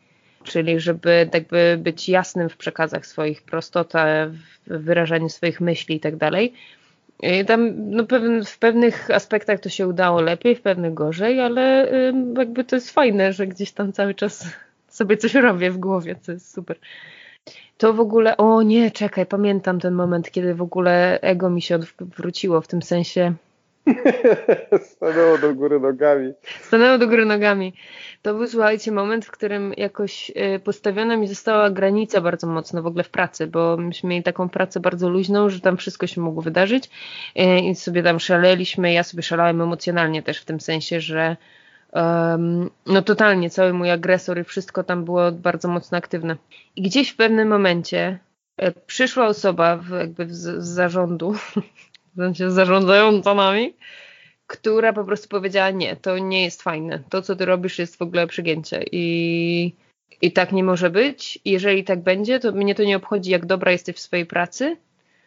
czyli żeby jakby być jasnym w przekazach swoich, prostota w wyrażaniu swoich myśli i tak dalej. I tam no, w pewnych aspektach to się udało lepiej, w pewnych gorzej, ale jakby to jest fajne, że gdzieś tam cały czas sobie coś robię w głowie, co jest super. To w ogóle, o nie, czekaj, pamiętam ten moment, kiedy w ogóle ego mi się odwróciło, w tym sensie... Stanęło do góry nogami. Stanęło do góry nogami. To był, słuchajcie, moment, w którym jakoś postawiona mi została granica bardzo mocno w ogóle w pracy, bo myśmy mieli taką pracę bardzo luźną, że tam wszystko się mogło wydarzyć i sobie tam szaleliśmy. Ja sobie szalałem emocjonalnie też w tym sensie, że um, no totalnie cały mój agresor i wszystko tam było bardzo mocno aktywne. I gdzieś w pewnym momencie przyszła osoba w, jakby z, z zarządu, w sensie zarządzająca nami, która po prostu powiedziała, nie, to nie jest fajne. To, co ty robisz, jest w ogóle przegięcie. I, i tak nie może być. Jeżeli tak będzie, to mnie to nie obchodzi, jak dobra jesteś w swojej pracy.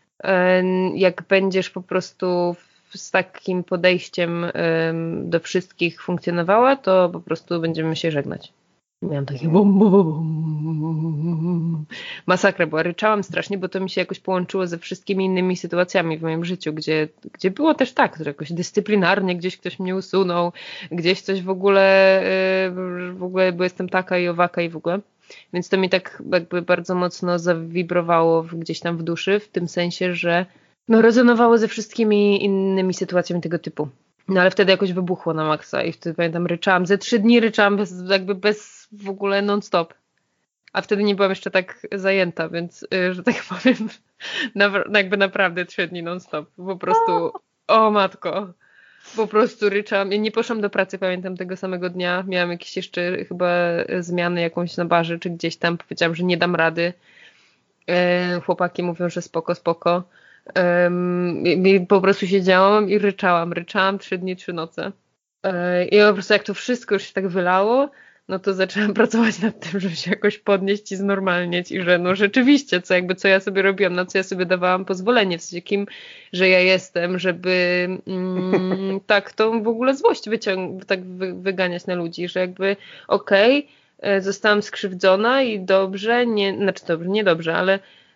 Jak będziesz po prostu z takim podejściem do wszystkich funkcjonowała, to po prostu będziemy się żegnać. Miałam takie bum, bum, bum. Masakra była, ryczałam strasznie, bo to mi się jakoś połączyło ze wszystkimi innymi sytuacjami w moim życiu, gdzie, gdzie było też tak, że jakoś dyscyplinarnie gdzieś ktoś mnie usunął, gdzieś coś w ogóle, w ogóle, bo jestem taka i owaka i w ogóle. Więc to mi tak jakby bardzo mocno zawibrowało gdzieś tam w duszy, w tym sensie, że no rezonowało ze wszystkimi innymi sytuacjami tego typu. No ale wtedy jakoś wybuchło na maksa i wtedy pamiętam, ryczałam, ze trzy dni ryczałam bez, jakby bez w ogóle non-stop. A wtedy nie byłam jeszcze tak zajęta, więc, yy, że tak powiem, na, jakby naprawdę trzy dni non-stop. Po prostu, o matko, po prostu ryczałam. Ja nie poszłam do pracy, pamiętam, tego samego dnia. Miałam jakieś jeszcze chyba zmiany jakąś na barze, czy gdzieś tam. Powiedziałam, że nie dam rady. Yy, chłopaki mówią, że spoko, spoko. Um, i po prostu siedziałam i ryczałam, ryczałam trzy dni, trzy noce. Yy, I po prostu jak to wszystko już się tak wylało, no to zaczęłam pracować nad tym, żeby się jakoś podnieść i znormalnieć i że no rzeczywiście, co jakby co ja sobie robiłam, na co ja sobie dawałam pozwolenie, w sensie kim, że ja jestem, żeby mm, tak tą w ogóle złość wyciąg- tak wy- wyganiać na ludzi, że jakby okej, okay, zostałam skrzywdzona i dobrze, nie, znaczy dobrze, nie dobrze, ale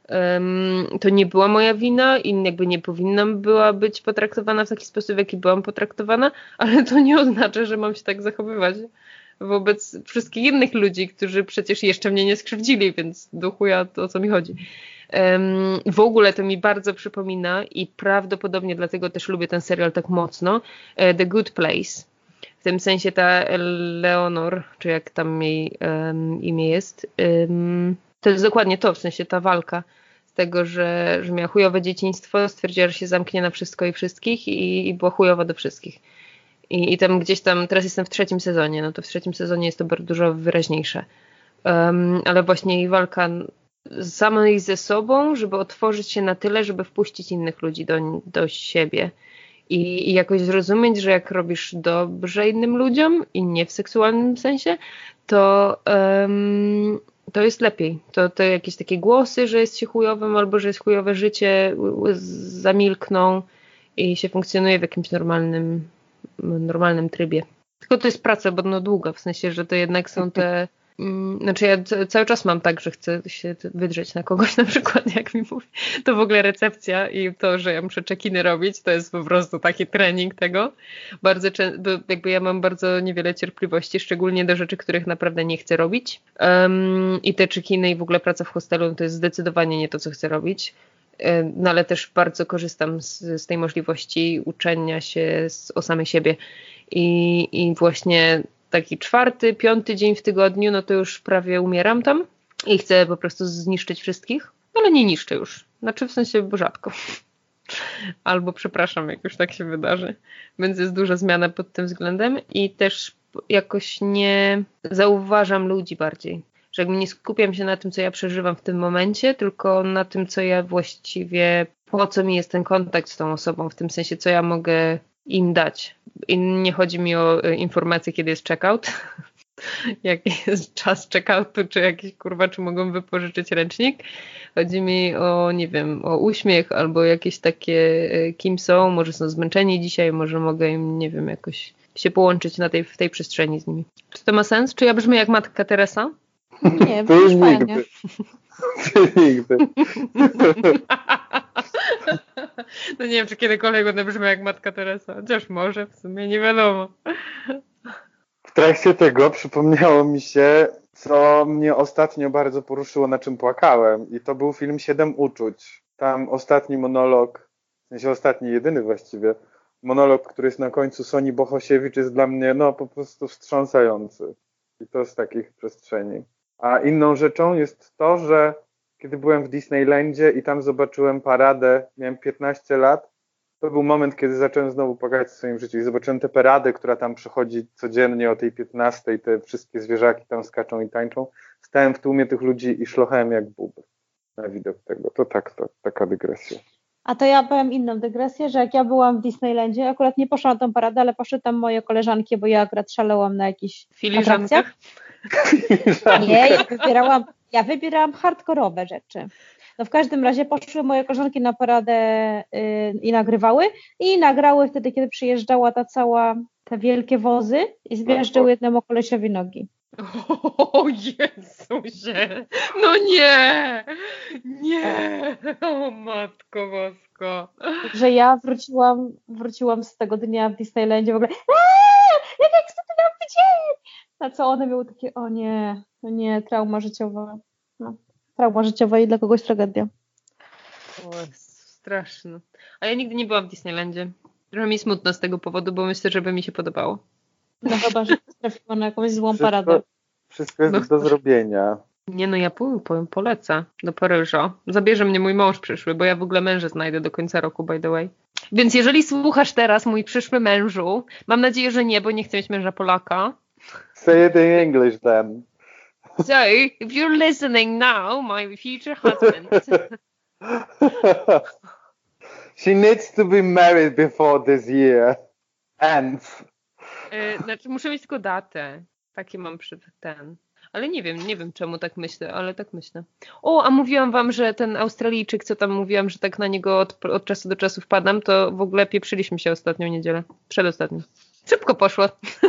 Um, to nie była moja wina i jakby nie powinnam była być potraktowana w taki sposób, w jaki byłam potraktowana, ale to nie oznacza, że mam się tak zachowywać wobec wszystkich innych ludzi, którzy przecież jeszcze mnie nie skrzywdzili, więc do chuja to o co mi chodzi. Um, w ogóle to mi bardzo przypomina i prawdopodobnie dlatego też lubię ten serial tak mocno, The Good Place. W tym sensie ta Leonor, czy jak tam jej um, imię jest, um, to jest dokładnie to, w sensie ta walka z tego, że, że miała chujowe dzieciństwo, stwierdziła, że się zamknie na wszystko i wszystkich i, i była chujowa do wszystkich. I, I tam gdzieś tam, teraz jestem w trzecim sezonie, no to w trzecim sezonie jest to bardzo dużo wyraźniejsze. Um, ale właśnie jej walka samej ze sobą, żeby otworzyć się na tyle, żeby wpuścić innych ludzi do, do siebie. I, I jakoś zrozumieć, że jak robisz dobrze innym ludziom i nie w seksualnym sensie, to... Um, to jest lepiej. To, to jakieś takie głosy, że jest się chujowym albo że jest chujowe życie, zamilkną i się funkcjonuje w jakimś normalnym, normalnym trybie. Tylko to jest praca, bo no długa, w sensie, że to jednak są te... Mm, znaczy ja c- cały czas mam tak, że chcę się wydrzeć na kogoś na przykład, jak mi mówi. To w ogóle recepcja i to, że ja muszę check-iny robić, to jest po prostu taki trening tego. Bardzo czę- bo jakby ja mam bardzo niewiele cierpliwości, szczególnie do rzeczy, których naprawdę nie chcę robić. Um, I te check-iny i w ogóle praca w hostelu no to jest zdecydowanie nie to, co chcę robić. No ale też bardzo korzystam z, z tej możliwości uczenia się z, o samej siebie. I, i właśnie taki czwarty, piąty dzień w tygodniu, no to już prawie umieram tam i chcę po prostu zniszczyć wszystkich, ale nie niszczę już. Znaczy w sensie rzadko. Albo przepraszam, jak już tak się wydarzy. Więc jest duża zmiana pod tym względem i też jakoś nie zauważam ludzi bardziej. Że jakby nie skupiam się na tym, co ja przeżywam w tym momencie, tylko na tym, co ja właściwie, po co mi jest ten kontakt z tą osobą, w tym sensie, co ja mogę im dać. I nie chodzi mi o informacje, kiedy jest checkout, jaki jest czas checkoutu, czy jakiś kurwa, czy mogą wypożyczyć ręcznik. Chodzi mi o, nie wiem, o uśmiech albo jakieś takie, kim są, może są zmęczeni dzisiaj, może mogę im, nie wiem, jakoś się połączyć na tej, w tej przestrzeni z nimi. Czy to ma sens? Czy ja brzmię jak matka Teresa? Nie, Ty już nigdy. fajnie. Ty nigdy. No nie wiem, czy kiedykolwiek będę brzmiała jak Matka Teresa. Chociaż może, w sumie nie wiadomo. W trakcie tego przypomniało mi się, co mnie ostatnio bardzo poruszyło, na czym płakałem. I to był film Siedem uczuć. Tam ostatni monolog, w sensie ostatni, jedyny właściwie, monolog, który jest na końcu Soni Bohosiewicz, jest dla mnie no po prostu wstrząsający. I to z takich przestrzeni. A inną rzeczą jest to, że kiedy byłem w Disneylandzie i tam zobaczyłem paradę, miałem piętnaście lat, to był moment, kiedy zacząłem znowu płakać w swoim życiu i zobaczyłem tę paradę, która tam przychodzi codziennie o tej piętnastej, te wszystkie zwierzaki tam skaczą i tańczą. Stałem w tłumie tych ludzi i szlochałem jak bób na widok tego. To tak, to taka dygresja. A to ja powiem inną dygresję, że jak ja byłam w Disneylandzie, akurat nie poszłam na tą paradę, ale poszły tam moje koleżanki, bo ja akurat szalałam na jakichś atrakcjach. Nie, ja wybierałam, ja wybierałam hardkorowe rzeczy. No w każdym razie poszły moje koleżanki na paradę yy, i nagrywały i nagrały wtedy, kiedy przyjeżdżała ta cała, te wielkie wozy i zmiażdżyły jednemu kolesiowi nogi. O Jezusie! No nie! Nie! O Matko Bosko! Że ja wróciłam, wróciłam z tego dnia w Disneylandzie w ogóle aaa, jak jak chcę to nam widzieć! Na co one miały takie, o nie, no nie, trauma życiowa. No, trauma życiowa i dla kogoś tragedia. O, straszne. A ja nigdy nie byłam w Disneylandzie. Trochę mi smutno z tego powodu, bo myślę, że by mi się podobało. No chyba, że trafiła na jakąś złą Wszystko, paradę. wszystko jest No, do zrobienia. Nie no, ja powiem, polecę do Paryża. Zabierze mnie mój mąż przyszły, bo ja w ogóle męża znajdę do końca roku, by the way. Więc jeżeli słuchasz teraz, mój przyszły mężu, mam nadzieję, że nie, bo nie chcę mieć męża Polaka. Say it in English then. So, if you're listening now, my future husband. She needs to be married before this year ends. Yy, znaczy, muszę mieć tylko datę. Takie mam przy ten. Ale nie wiem, nie wiem czemu tak myślę, ale tak myślę. O, a mówiłam wam, że ten Australijczyk, co tam mówiłam, że tak na niego od, od czasu do czasu wpadam, to w ogóle pieprzyliśmy się ostatnią niedzielę. Przedostatnią. Szybko poszło.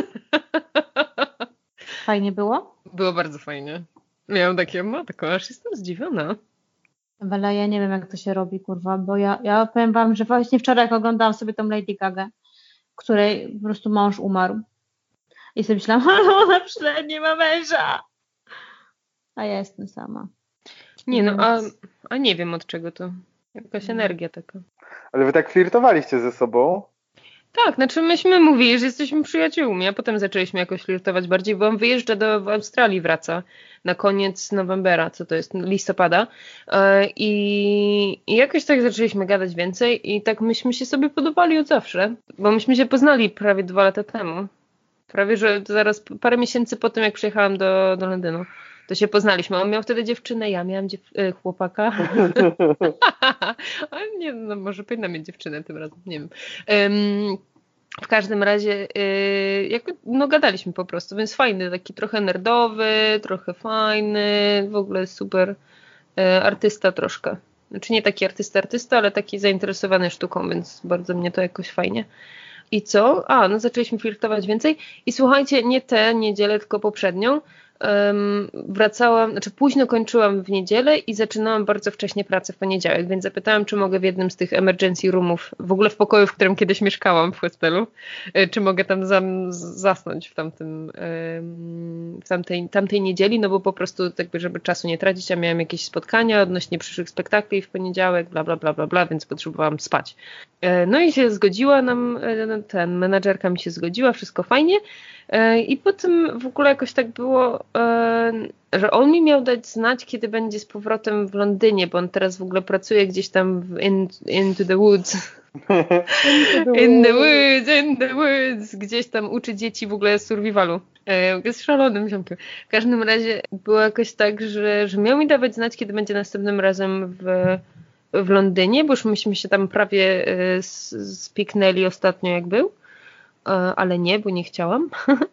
Fajnie było? Było bardzo fajnie. Miałam takie, matko, aż jestem zdziwiona. Ale ja nie wiem, jak to się robi, kurwa, bo ja, ja powiem wam, że właśnie wczoraj jak oglądałam sobie tą Lady Gagę, której po prostu mąż umarł. I sobie myślałam, ona przynajmniej nie ma męża. A ja jestem sama. Nie no, a, a nie wiem od czego to. Jakaś energia taka. Ale wy tak flirtowaliście ze sobą? Tak, znaczy myśmy mówili, że jesteśmy przyjaciółmi, a potem zaczęliśmy jakoś flirtować bardziej, bo on wyjeżdża do w Australii, wraca na koniec Novembera, co to jest, listopada i, i jakoś tak zaczęliśmy gadać więcej i tak myśmy się sobie podobali od zawsze, bo myśmy się poznali prawie dwa lata temu, prawie że zaraz parę miesięcy po tym, jak przyjechałam do, do Londynu. To się poznaliśmy. On miał wtedy dziewczynę, ja miałam dziew- chłopaka. Ale nie, no może powinna mieć dziewczynę tym razem, nie wiem. Um, w każdym razie yy, jak, no gadaliśmy po prostu, więc fajny, taki trochę nerdowy, trochę fajny, w ogóle super yy, artysta troszkę. Znaczy nie taki artysta, artysta, ale taki zainteresowany sztuką, więc bardzo mnie to jakoś fajnie. I co? A, no zaczęliśmy flirtować więcej i słuchajcie, nie tę niedzielę, tylko poprzednią. Um, wracałam, znaczy późno kończyłam w niedzielę i zaczynałam bardzo wcześnie pracę w poniedziałek, więc zapytałam, czy mogę w jednym z tych emergency roomów, w ogóle w pokoju, w którym kiedyś mieszkałam w hostelu, czy mogę tam zam, zasnąć w tamtym w tamtej, tamtej niedzieli, no bo po prostu jakby, żeby czasu nie tracić, a miałam jakieś spotkania odnośnie przyszłych spektakli w poniedziałek, bla, bla, bla, bla, bla, więc potrzebowałam spać. No i się zgodziła nam, ten menadżerka mi się zgodziła, wszystko fajnie. I potem w ogóle jakoś tak było, że on mi miał dać znać, kiedy będzie z powrotem w Londynie, bo on teraz w ogóle pracuje gdzieś tam w in, into the woods. In the woods, in the woods. Gdzieś tam uczy dzieci w ogóle survivalu. Jest szalonym ziomkiem. W każdym razie było jakoś tak, że, że miał mi dawać znać, kiedy będzie następnym razem w, w Londynie, bo już myśmy się tam prawie spiknęli ostatnio, jak był. Ale nie, bo nie chciałam.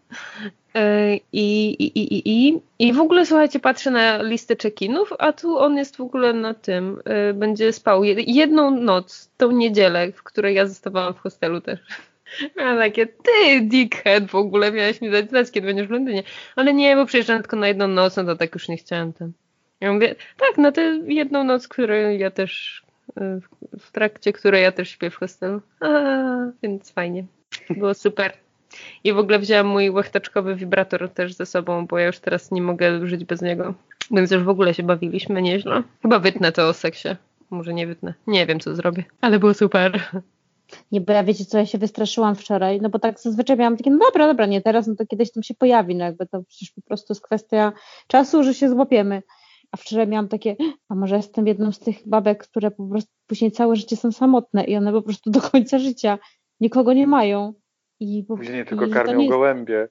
I, i, i, i, I w ogóle, słuchajcie, patrzę na listę check-inów, a tu on jest w ogóle na tym, będzie spał jedną noc, tą niedzielę, w której ja zostawałam w hostelu też. Miałam takie, ty dickhead, w ogóle miałeś mi dać znać, kiedy będziesz w Londynie. Ale nie, bo przyjeżdżam tylko na jedną noc, no to tak już nie chciałam ten. Ja mówię, tak, na tę jedną noc, której ja też, w trakcie której ja też śpię w hostelu. A, więc fajnie. Było super. I w ogóle wzięłam mój łechtaczkowy wibrator też ze sobą, bo ja już teraz nie mogę żyć bez niego. Więc już w ogóle się bawiliśmy nieźle. Chyba wytnę to o seksie. Może nie wytnę. Nie wiem, co zrobię. Ale było super. Nie, bo ja wiecie co, ja się wystraszyłam wczoraj, no bo tak zazwyczaj miałam takie, no dobra, dobra, nie teraz, no to kiedyś tam się pojawi, no jakby to przecież po prostu jest kwestia czasu, że się złapiemy. A wczoraj miałam takie, a może jestem jedną z tych babek, które po prostu później całe życie są samotne i one po prostu do końca życia nikogo nie mają. I po, Później tylko i karmią jest... gołębie.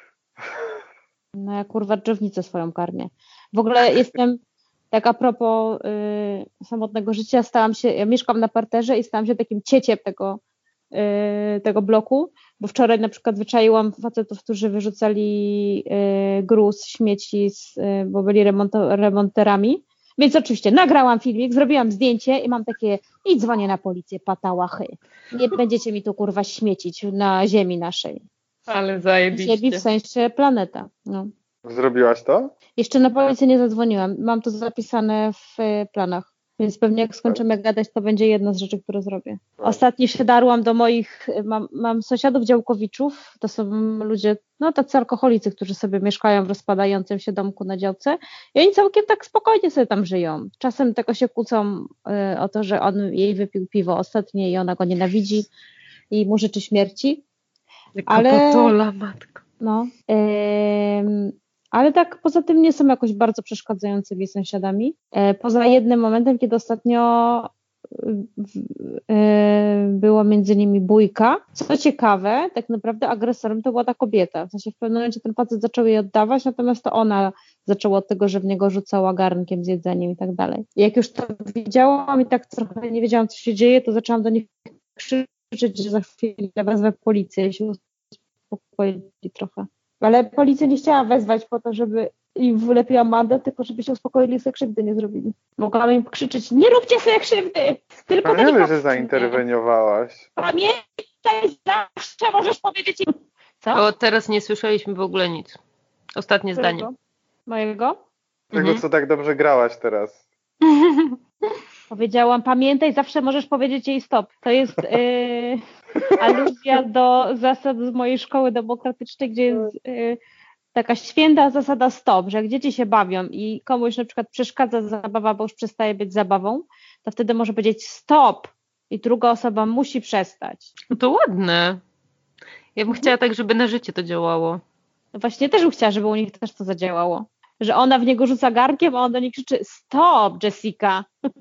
No ja kurwa drzewnicę swoją karmię. W ogóle jestem, tak a propos y, samotnego życia, stałam się, ja mieszkam na parterze i stałam się takim cieciem tego, y, tego bloku, bo wczoraj na przykład wyczaiłam facetów, którzy wyrzucali y, gruz, śmieci, z, y, bo byli remonto, remonterami, więc oczywiście nagrałam filmik, zrobiłam zdjęcie i mam takie, i dzwonię na policję, patałachy. Nie będziecie mi tu kurwa śmiecić na ziemi naszej. Ale zajebiście. Ziemi w sensie planeta, no. Zrobiłaś to? Jeszcze na policję nie zadzwoniłam. Mam to zapisane w y, planach. Więc pewnie jak skończymy gadać, to będzie jedna z rzeczy, które zrobię. Ostatnio się darłam do moich, mam, mam sąsiadów działkowiczów, to są ludzie, no tacy alkoholicy, którzy sobie mieszkają w rozpadającym się domku na działce i oni całkiem tak spokojnie sobie tam żyją. Czasem tylko się kłócą y, o to, że on jej wypił piwo ostatnie i ona go nienawidzi i mu życzy śmierci. Ale... Patola, matko. No. Yy, ale tak poza tym nie są jakoś bardzo przeszkadzającymi sąsiadami. Yy, poza jednym momentem, kiedy ostatnio yy, była między nimi bójka. Co ciekawe, tak naprawdę agresorem to była ta kobieta. W sensie w pewnym momencie ten facet zaczął jej oddawać, natomiast to ona zaczęła od tego, że w niego rzucała garnkiem z jedzeniem i tak dalej. I jak już to widziałam i tak trochę nie wiedziałam, co się dzieje, to zaczęłam do nich krzyczeć, że za chwilę wezwę policję i się uspokoili trochę. Ale policja nie chciała wezwać po to, żeby im wylepiła mandat, tylko żeby się uspokoili i sobie krzywdy nie zrobili. Mogłam im krzyczeć, nie róbcie sobie krzywdy! Tylko A wiemy, że zainterweniowałaś. Pamiętaj, zawsze możesz powiedzieć im... Co? O, teraz nie słyszeliśmy w ogóle nic. Ostatnie Którego? zdanie. Mojego? Tego, Mhm. co tak dobrze grałaś teraz. Powiedziałam, pamiętaj, zawsze możesz powiedzieć jej stop. To jest yy, aluzja do zasad z mojej szkoły demokratycznej, gdzie jest yy, taka święta zasada stop, że jak dzieci się bawią i komuś na przykład przeszkadza zabawa, bo już przestaje być zabawą, to wtedy może powiedzieć stop i druga osoba musi przestać. No to ładne. Ja bym chciała tak, żeby na życie to działało. No właśnie też bym chciała, żeby u nich też to zadziałało. Że ona w niego rzuca garnkiem, a on do niej krzyczy stop, Jessica.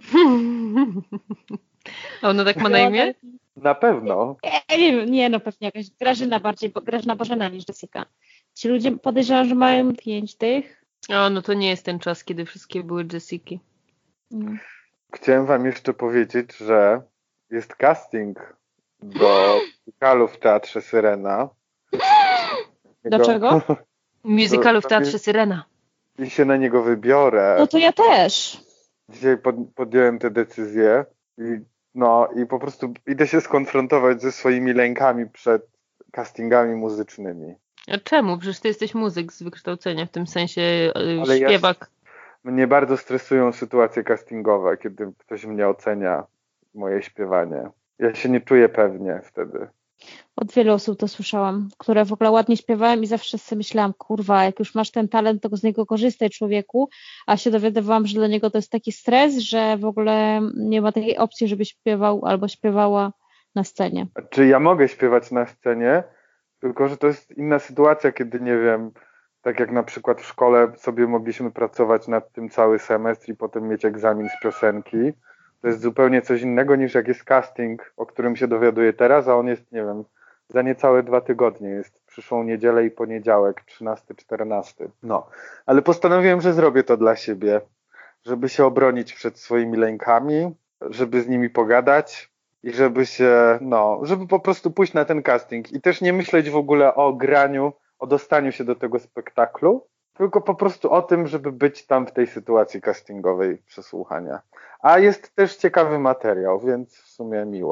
A ona tak ma na imię? Na pewno. Nie, nie, no pewnie jakaś Grażyna bardziej, bo Grażyna Bożena niż Jessica. Ci ludzie podejrzewam, że mają pięć tych. O, no to nie jest ten czas, kiedy wszystkie były Jessiki. No. Chciałem wam jeszcze powiedzieć, że jest casting do musicalu w Teatrze Syrena. Do czego? Musicalu w Teatrze Syrena. I się na niego wybiorę. No to ja też. Dzisiaj pod, podjąłem tę decyzję i, no, i po prostu idę się skonfrontować ze swoimi lękami przed castingami muzycznymi. A czemu? Przecież ty jesteś muzyk z wykształcenia, w tym sensie yy, Ale śpiewak. Ja, mnie bardzo stresują sytuacje castingowe, kiedy ktoś mnie ocenia moje śpiewanie. Ja się nie czuję pewnie wtedy. Od wielu osób to słyszałam, które w ogóle ładnie śpiewałem i zawsze sobie myślałam, kurwa, jak już masz ten talent, to z niego korzystaj, człowieku, a się dowiadywałam, że dla niego to jest taki stres, że w ogóle nie ma takiej opcji, żeby śpiewał albo śpiewała na scenie. Czy ja mogę śpiewać na scenie, tylko że to jest inna sytuacja, kiedy nie wiem, tak jak na przykład w szkole sobie mogliśmy pracować nad tym cały semestr i potem mieć egzamin z piosenki. To jest zupełnie coś innego niż jak jest casting, o którym się dowiaduję teraz, a on jest, nie wiem, za niecałe dwa tygodnie, jest przyszłą niedzielę i poniedziałek, trzynasty czternasty. No, ale postanowiłem, że zrobię to dla siebie, żeby się obronić przed swoimi lękami, żeby z nimi pogadać i żeby się, no, żeby po prostu pójść na ten casting i też nie myśleć w ogóle o graniu, o dostaniu się do tego spektaklu, tylko po prostu o tym, żeby być tam w tej sytuacji castingowej przesłuchania. A jest też ciekawy materiał, więc w sumie miło.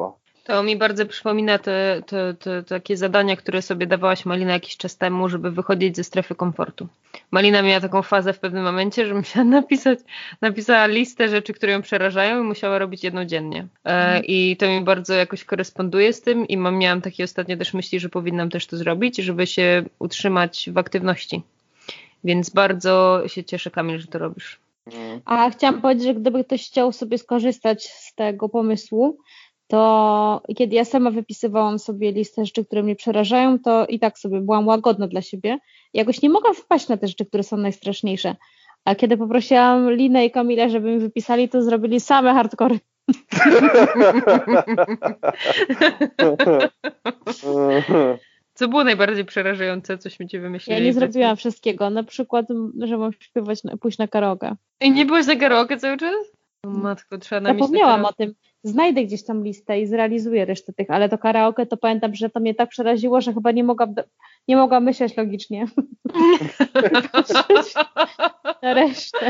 To mi bardzo przypomina te, te, te takie zadania, które sobie dawałaś, Malina, jakiś czas temu, żeby wychodzić ze strefy komfortu. Malina miała taką fazę w pewnym momencie, że musiała napisać, napisała listę rzeczy, które ją przerażają i musiała robić jedną dziennie. E, I to mi bardzo jakoś koresponduje z tym i mam, miałam takie ostatnie też myśli, że powinnam też to zrobić, żeby się utrzymać w aktywności. Więc bardzo się cieszę, Kamil, że to robisz. A chciałam powiedzieć, że gdyby ktoś chciał sobie skorzystać z tego pomysłu, to kiedy ja sama wypisywałam sobie listę rzeczy, które mnie przerażają, to i tak sobie byłam łagodna dla siebie. Jakoś nie mogłam wpaść na te rzeczy, które są najstraszniejsze. A kiedy poprosiłam Linę i Kamila, żeby mi wypisali, to zrobili same hardkory. Co było najbardziej przerażające, cośmy ci wymyślili? Ja nie zrobiłam wszystkiego. Na przykład, że mam śpiewać, pójść na karaoke. I nie byłeś na karaoke cały czas? O, matko, trzeba nam Zapomniałam o tym. Znajdę gdzieś tam listę i zrealizuję resztę tych, ale to karaoke to pamiętam, że to mnie tak przeraziło, że chyba nie mogłam, nie mogłam myśleć logicznie. Na resztę.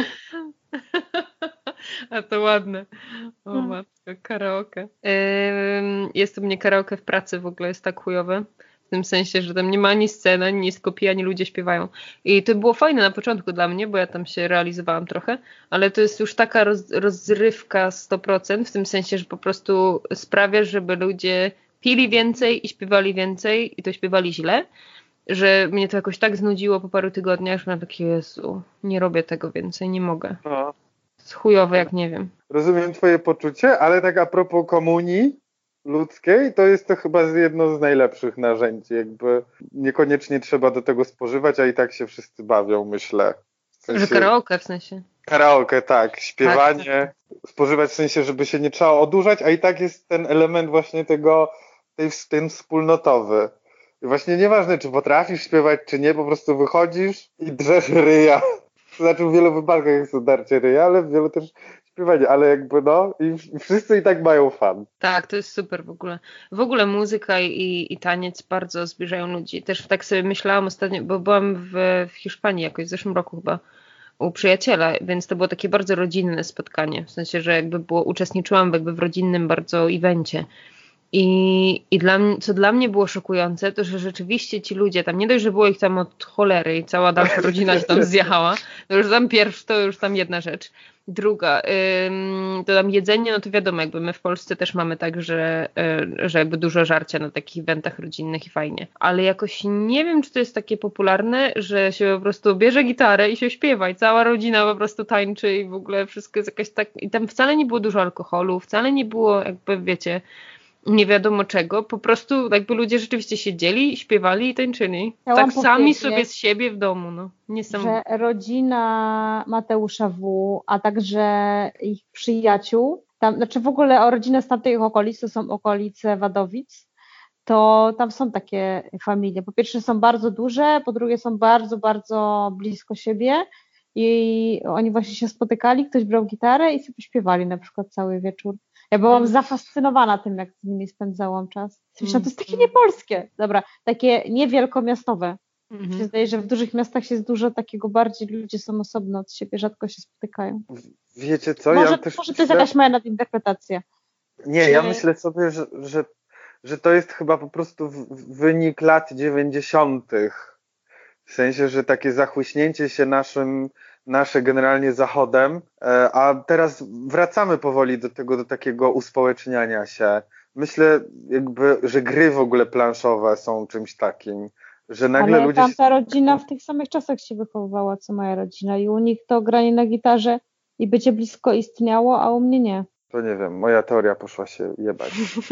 A to ładne. O hmm. matko, karaoke. Ym, jest u mnie karaoke w pracy w ogóle, jest tak chujowe. W tym sensie, że tam nie ma ani sceny, ani jest kopii, ani ludzie śpiewają. I to było fajne na początku dla mnie, bo ja tam się realizowałam trochę, ale to jest już taka roz, rozrywka sto procent, w tym sensie, że po prostu sprawia, żeby ludzie pili więcej i śpiewali więcej i to śpiewali źle, że mnie to jakoś tak znudziło po paru tygodniach, że miałam takie, Jezu, nie robię tego więcej, nie mogę. No. Jest chujowe, jak nie wiem. Rozumiem twoje poczucie, ale tak a propos komunii ludzkiej, to jest to chyba jedno z najlepszych narzędzi. Jakby niekoniecznie trzeba do tego spożywać, a i tak się wszyscy bawią, myślę. W sensie, że karaoke w sensie. Karaoke, tak. Śpiewanie, tak. Spożywać w sensie, żeby się nie trzeba odurzać, a i tak jest ten element właśnie tego, tej, ten wspólnotowy. I właśnie nieważne, czy potrafisz śpiewać, czy nie, po prostu wychodzisz i drzesz ryja. To znaczy w wielu wypadkach jest to darcie ryja, ale w wielu też śpiewanie, ale jakby no i wszyscy i tak mają fan. Tak, to jest super w ogóle. W ogóle muzyka i, i taniec bardzo zbliżają ludzi. Też tak sobie myślałam ostatnio, bo byłam w, w Hiszpanii jakoś w zeszłym roku chyba u przyjaciela, więc to było takie bardzo rodzinne spotkanie. W sensie, że jakby było, uczestniczyłam jakby w rodzinnym bardzo evencie. I, i dla mnie, co dla mnie było szokujące, to że rzeczywiście ci ludzie tam, nie dość, że było ich tam od cholery i cała dalsza rodzina się tam zjechała, to już tam pierwszy, to już tam jedna rzecz. Druga, ym, to tam jedzenie, no to wiadomo, jakby my w Polsce też mamy tak, że, y, że jakby dużo żarcia na takich eventach rodzinnych i fajnie. Ale jakoś nie wiem, czy to jest takie popularne, że się po prostu bierze gitarę i się śpiewa i cała rodzina po prostu tańczy i w ogóle wszystko jest jakaś tak... I tam wcale nie było dużo alkoholu, wcale nie było jakby, wiecie... nie wiadomo czego, po prostu jakby ludzie rzeczywiście siedzieli, śpiewali i tańczyli. Chciałam tak sami sobie z siebie w domu. No. Że rodzina Mateusza W., a także ich przyjaciół, tam, znaczy w ogóle o rodzinę z tamtych okolic, to są okolice Wadowic, to tam są takie familie. Po pierwsze są bardzo duże, po drugie są bardzo, bardzo blisko siebie i oni właśnie się spotykali, ktoś brał gitarę i sobie śpiewali na przykład cały wieczór. Ja byłam zafascynowana tym, jak z nimi spędzałam czas. Myślałam, to jest takie niepolskie. Dobra, takie niewielkomiastowe. Mm-hmm. Mi się zdaje, że w dużych miastach jest dużo takiego bardziej, ludzie są osobno od siebie, rzadko się spotykają. Wiecie co? Może, ja też może to jest jakaś moja nadinterpretacja. Nie, Czy... ja myślę sobie, że, że, że to jest chyba po prostu wynik lat dziewięćdziesiątych. W sensie, że takie zachłyśnięcie się naszym nasze generalnie zachodem, a teraz wracamy powoli do tego, do takiego uspołeczniania się. Myślę jakby, że gry w ogóle planszowe są czymś takim, że nagle ale ludzie... Ale tamta rodzina w tych samych czasach się wychowywała, co moja rodzina i u nich to granie na gitarze i bycie blisko istniało, a u mnie nie. To nie wiem, moja teoria poszła się jebać.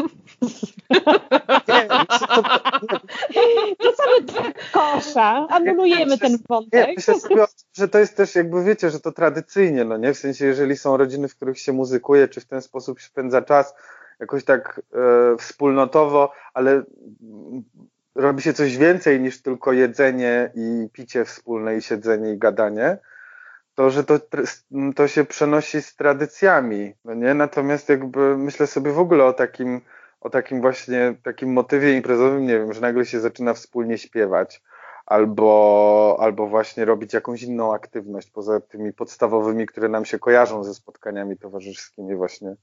nie, to, nie. Wracamy do kosza, anulujemy nie, ten wątek. Nie, myślę sobie, że to jest też jakby, wiecie, że to tradycyjnie, no nie? W sensie, jeżeli są rodziny, w których się muzykuje, czy w ten sposób spędza czas, jakoś tak e, wspólnotowo, ale robi się coś więcej niż tylko jedzenie i picie wspólne i siedzenie i gadanie, to, że to, to się przenosi z tradycjami, no nie? Natomiast jakby myślę sobie w ogóle o takim, o takim właśnie takim motywie imprezowym, nie wiem, że nagle się zaczyna wspólnie śpiewać albo, albo właśnie robić jakąś inną aktywność poza tymi podstawowymi, które nam się kojarzą ze spotkaniami towarzyskimi właśnie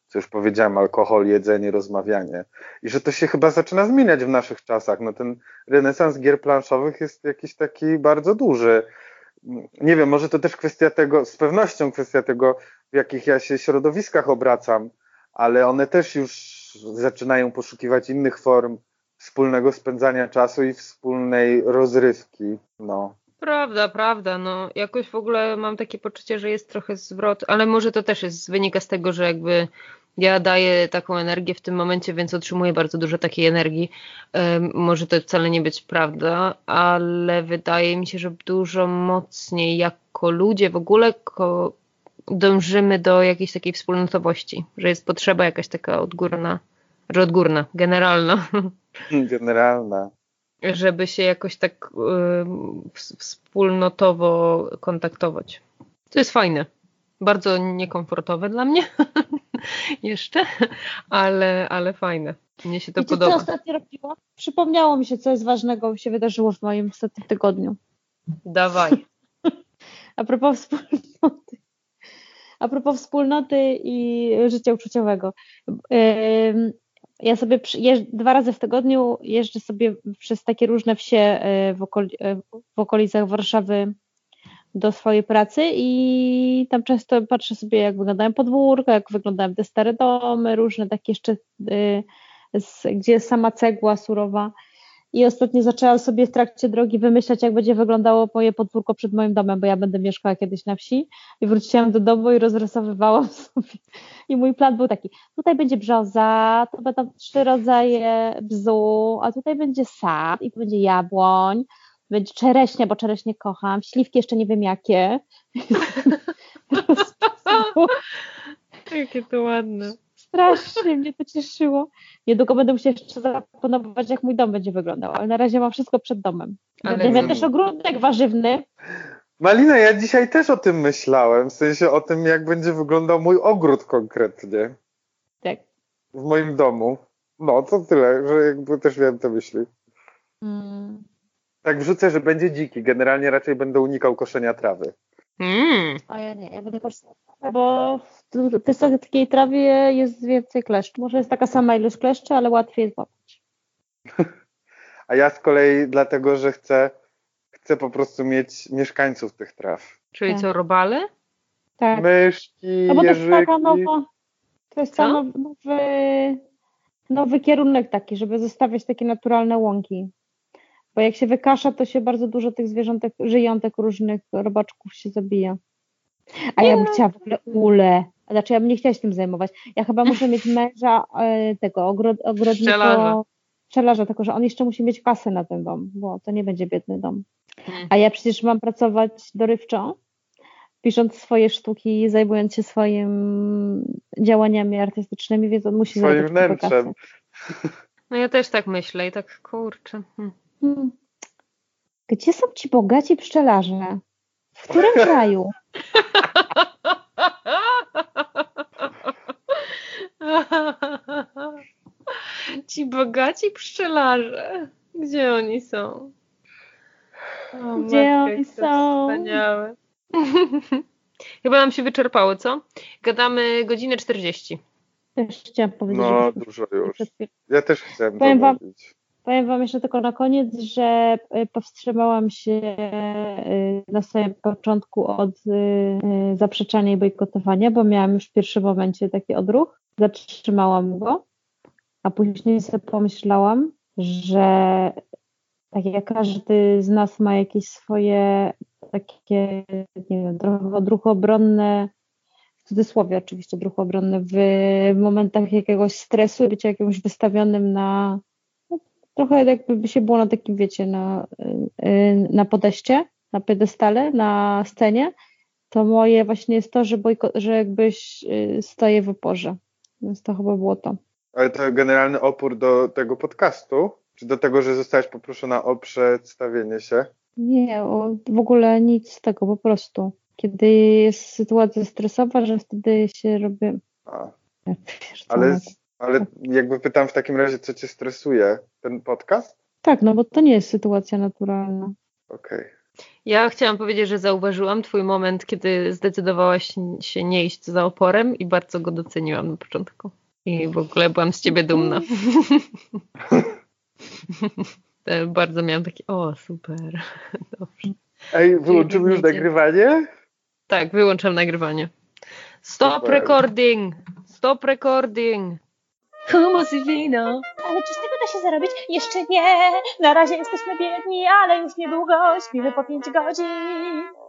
co już powiedziałem, alkohol, jedzenie, rozmawianie. I że to się chyba zaczyna zmieniać w naszych czasach. No ten renesans gier planszowych jest jakiś taki bardzo duży. Nie wiem, może to też kwestia tego, z pewnością kwestia tego, w jakich ja się środowiskach obracam, ale one też już zaczynają poszukiwać innych form wspólnego spędzania czasu i wspólnej rozrywki. No. Prawda, prawda. No, jakoś w ogóle mam takie poczucie, że jest trochę zwrot, ale może to też jest, wynika z tego, że jakby ja daję taką energię w tym momencie, więc otrzymuję bardzo dużo takiej energii. Um, może to wcale nie być prawda, ale wydaje mi się, że dużo mocniej jako ludzie w ogóle ko- dążymy do jakiejś takiej wspólnotowości, że jest potrzeba jakaś taka odgórna, że odgórna, generalna. Generalna. Żeby się jakoś tak y, wspólnotowo kontaktować. To jest fajne. Bardzo niekomfortowe dla mnie jeszcze, ale, ale fajne. Mnie się to Wiecie, podoba. co ostatnio robiłam? Przypomniało mi się, co jest ważnego się wydarzyło w moim ostatnim tygodniu. Dawaj. A propos wspólnoty. A propos wspólnoty i życia uczuciowego. Ym, Ja sobie przy, jeżdż, dwa razy w tygodniu jeżdżę sobie przez takie różne wsie w, okoli, w okolicach Warszawy do swojej pracy i tam często patrzę sobie, jak wyglądają podwórka, jak wyglądają te stare domy, różne takie jeszcze, y, z, gdzie jest sama cegła surowa. I ostatnio zaczęłam sobie w trakcie drogi wymyślać, jak będzie wyglądało moje podwórko przed moim domem, bo ja będę mieszkała kiedyś na wsi. I wróciłam do domu i rozrysowywałam sobie. I mój plan był taki, tutaj będzie brzoza, to będą trzy rodzaje bzu, a tutaj będzie sad i tu będzie jabłoń, będzie czereśnia, bo czereśnie kocham, śliwki jeszcze nie wiem jakie. Jakie to ładne. Strasznie mnie to cieszyło. Niedługo będę musiała jeszcze zaplanować, jak mój dom będzie wyglądał, ale na razie mam wszystko przed domem. Ale Będę miała nie. też ogródek warzywny. Malina, ja dzisiaj też o tym myślałem, w sensie o tym, jak będzie wyglądał mój ogród konkretnie. Tak. W moim domu. No, to tyle, że jakby też miałem te myśli. Mm. Tak wrzucę, że będzie dziki. Generalnie raczej będę unikał koszenia trawy. Mm. A ja nie, ja będę korzystała, bo w tej takiej trawie jest więcej kleszcz. Może jest taka sama ilość kleszczy, ale łatwiej jest złapać. A ja z kolei dlatego, że chcę, chcę po prostu mieć mieszkańców tych traw. Czyli Tak. co, robale? Tak. Myszki, No bo to jest jeżyki. taka nowa, to jest Co? nowy, nowy, nowy kierunek taki, żeby zostawiać takie naturalne łąki. Bo jak się wykasza, to się bardzo dużo tych zwierzątek, żyjątek różnych robaczków się zabija. A ja bym chciała w ogóle ule. Znaczy ja bym nie chciała się tym zajmować. Ja chyba muszę mieć męża e, tego ogród, ogrodnika, Pszczelarza. pszczelarza, tylko że on jeszcze musi mieć kasę na ten dom, bo to nie będzie biedny dom. Mm. A ja przecież mam pracować dorywczo, pisząc swoje sztuki, zajmując się swoimi działaniami artystycznymi, więc on musi Swoim zarabiać kupę wnętrzem. kasy. No ja też tak myślę i tak kurczę. Hmm. Hmm. Gdzie są ci bogaci pszczelarze? W którym kraju? Ci bogaci pszczelarze. Gdzie oni są? O, Gdzie matka, oni jak to są? Wspaniałe. Chyba nam się wyczerpało, co? Gadamy godzinę czterdzieści. Też chciałam powiedzieć, No, żebyśmy dużo już. przed chwilą. Ja też chciałem Powiem wam- zamówić. Powiem Wam jeszcze tylko na koniec, że y, powstrzymałam się y, na samym początku od y, zaprzeczania i bojkotowania, bo miałam już w pierwszym momencie taki odruch. Zatrzymałam go, a później sobie pomyślałam, że tak jak każdy z nas ma jakieś swoje takie, nie wiem, trochę odruchy obronne, w cudzysłowie oczywiście odruchy obronne, w momentach jakiegoś stresu, bycia jakimś wystawionym na trochę jakby się było na takim, wiecie, na, na podejście, na piedestale, na scenie, to moje właśnie jest to, że, bojko, że jakbyś staje w oporze. Więc to chyba było to. Ale to generalny opór do tego podcastu? Czy do tego, że zostałaś poproszona o przedstawienie się? Nie, o, w ogóle nic z tego, po prostu. Kiedy jest sytuacja stresowa, że wtedy się robię... A, Wiesz, co ale, mówię. ale jakby pytam w takim razie, co cię stresuje? Ten podcast? Tak, no bo to nie jest sytuacja naturalna. Okej. Ja chciałam powiedzieć, że zauważyłam twój moment, kiedy zdecydowałaś się nie iść za oporem i bardzo go doceniłam na początku. I w ogóle byłam z ciebie dumna. Bardzo miałam taki, o super, dobrze. Ej, wyłączymy już nagrywanie? Tak, wyłączam nagrywanie. Stop super. recording! Stop recording! Humus i wino. Ale czy z tego da się zarobić? Jeszcze nie! Na razie jesteśmy biedni, ale już niedługo śpimy po pięć godzin.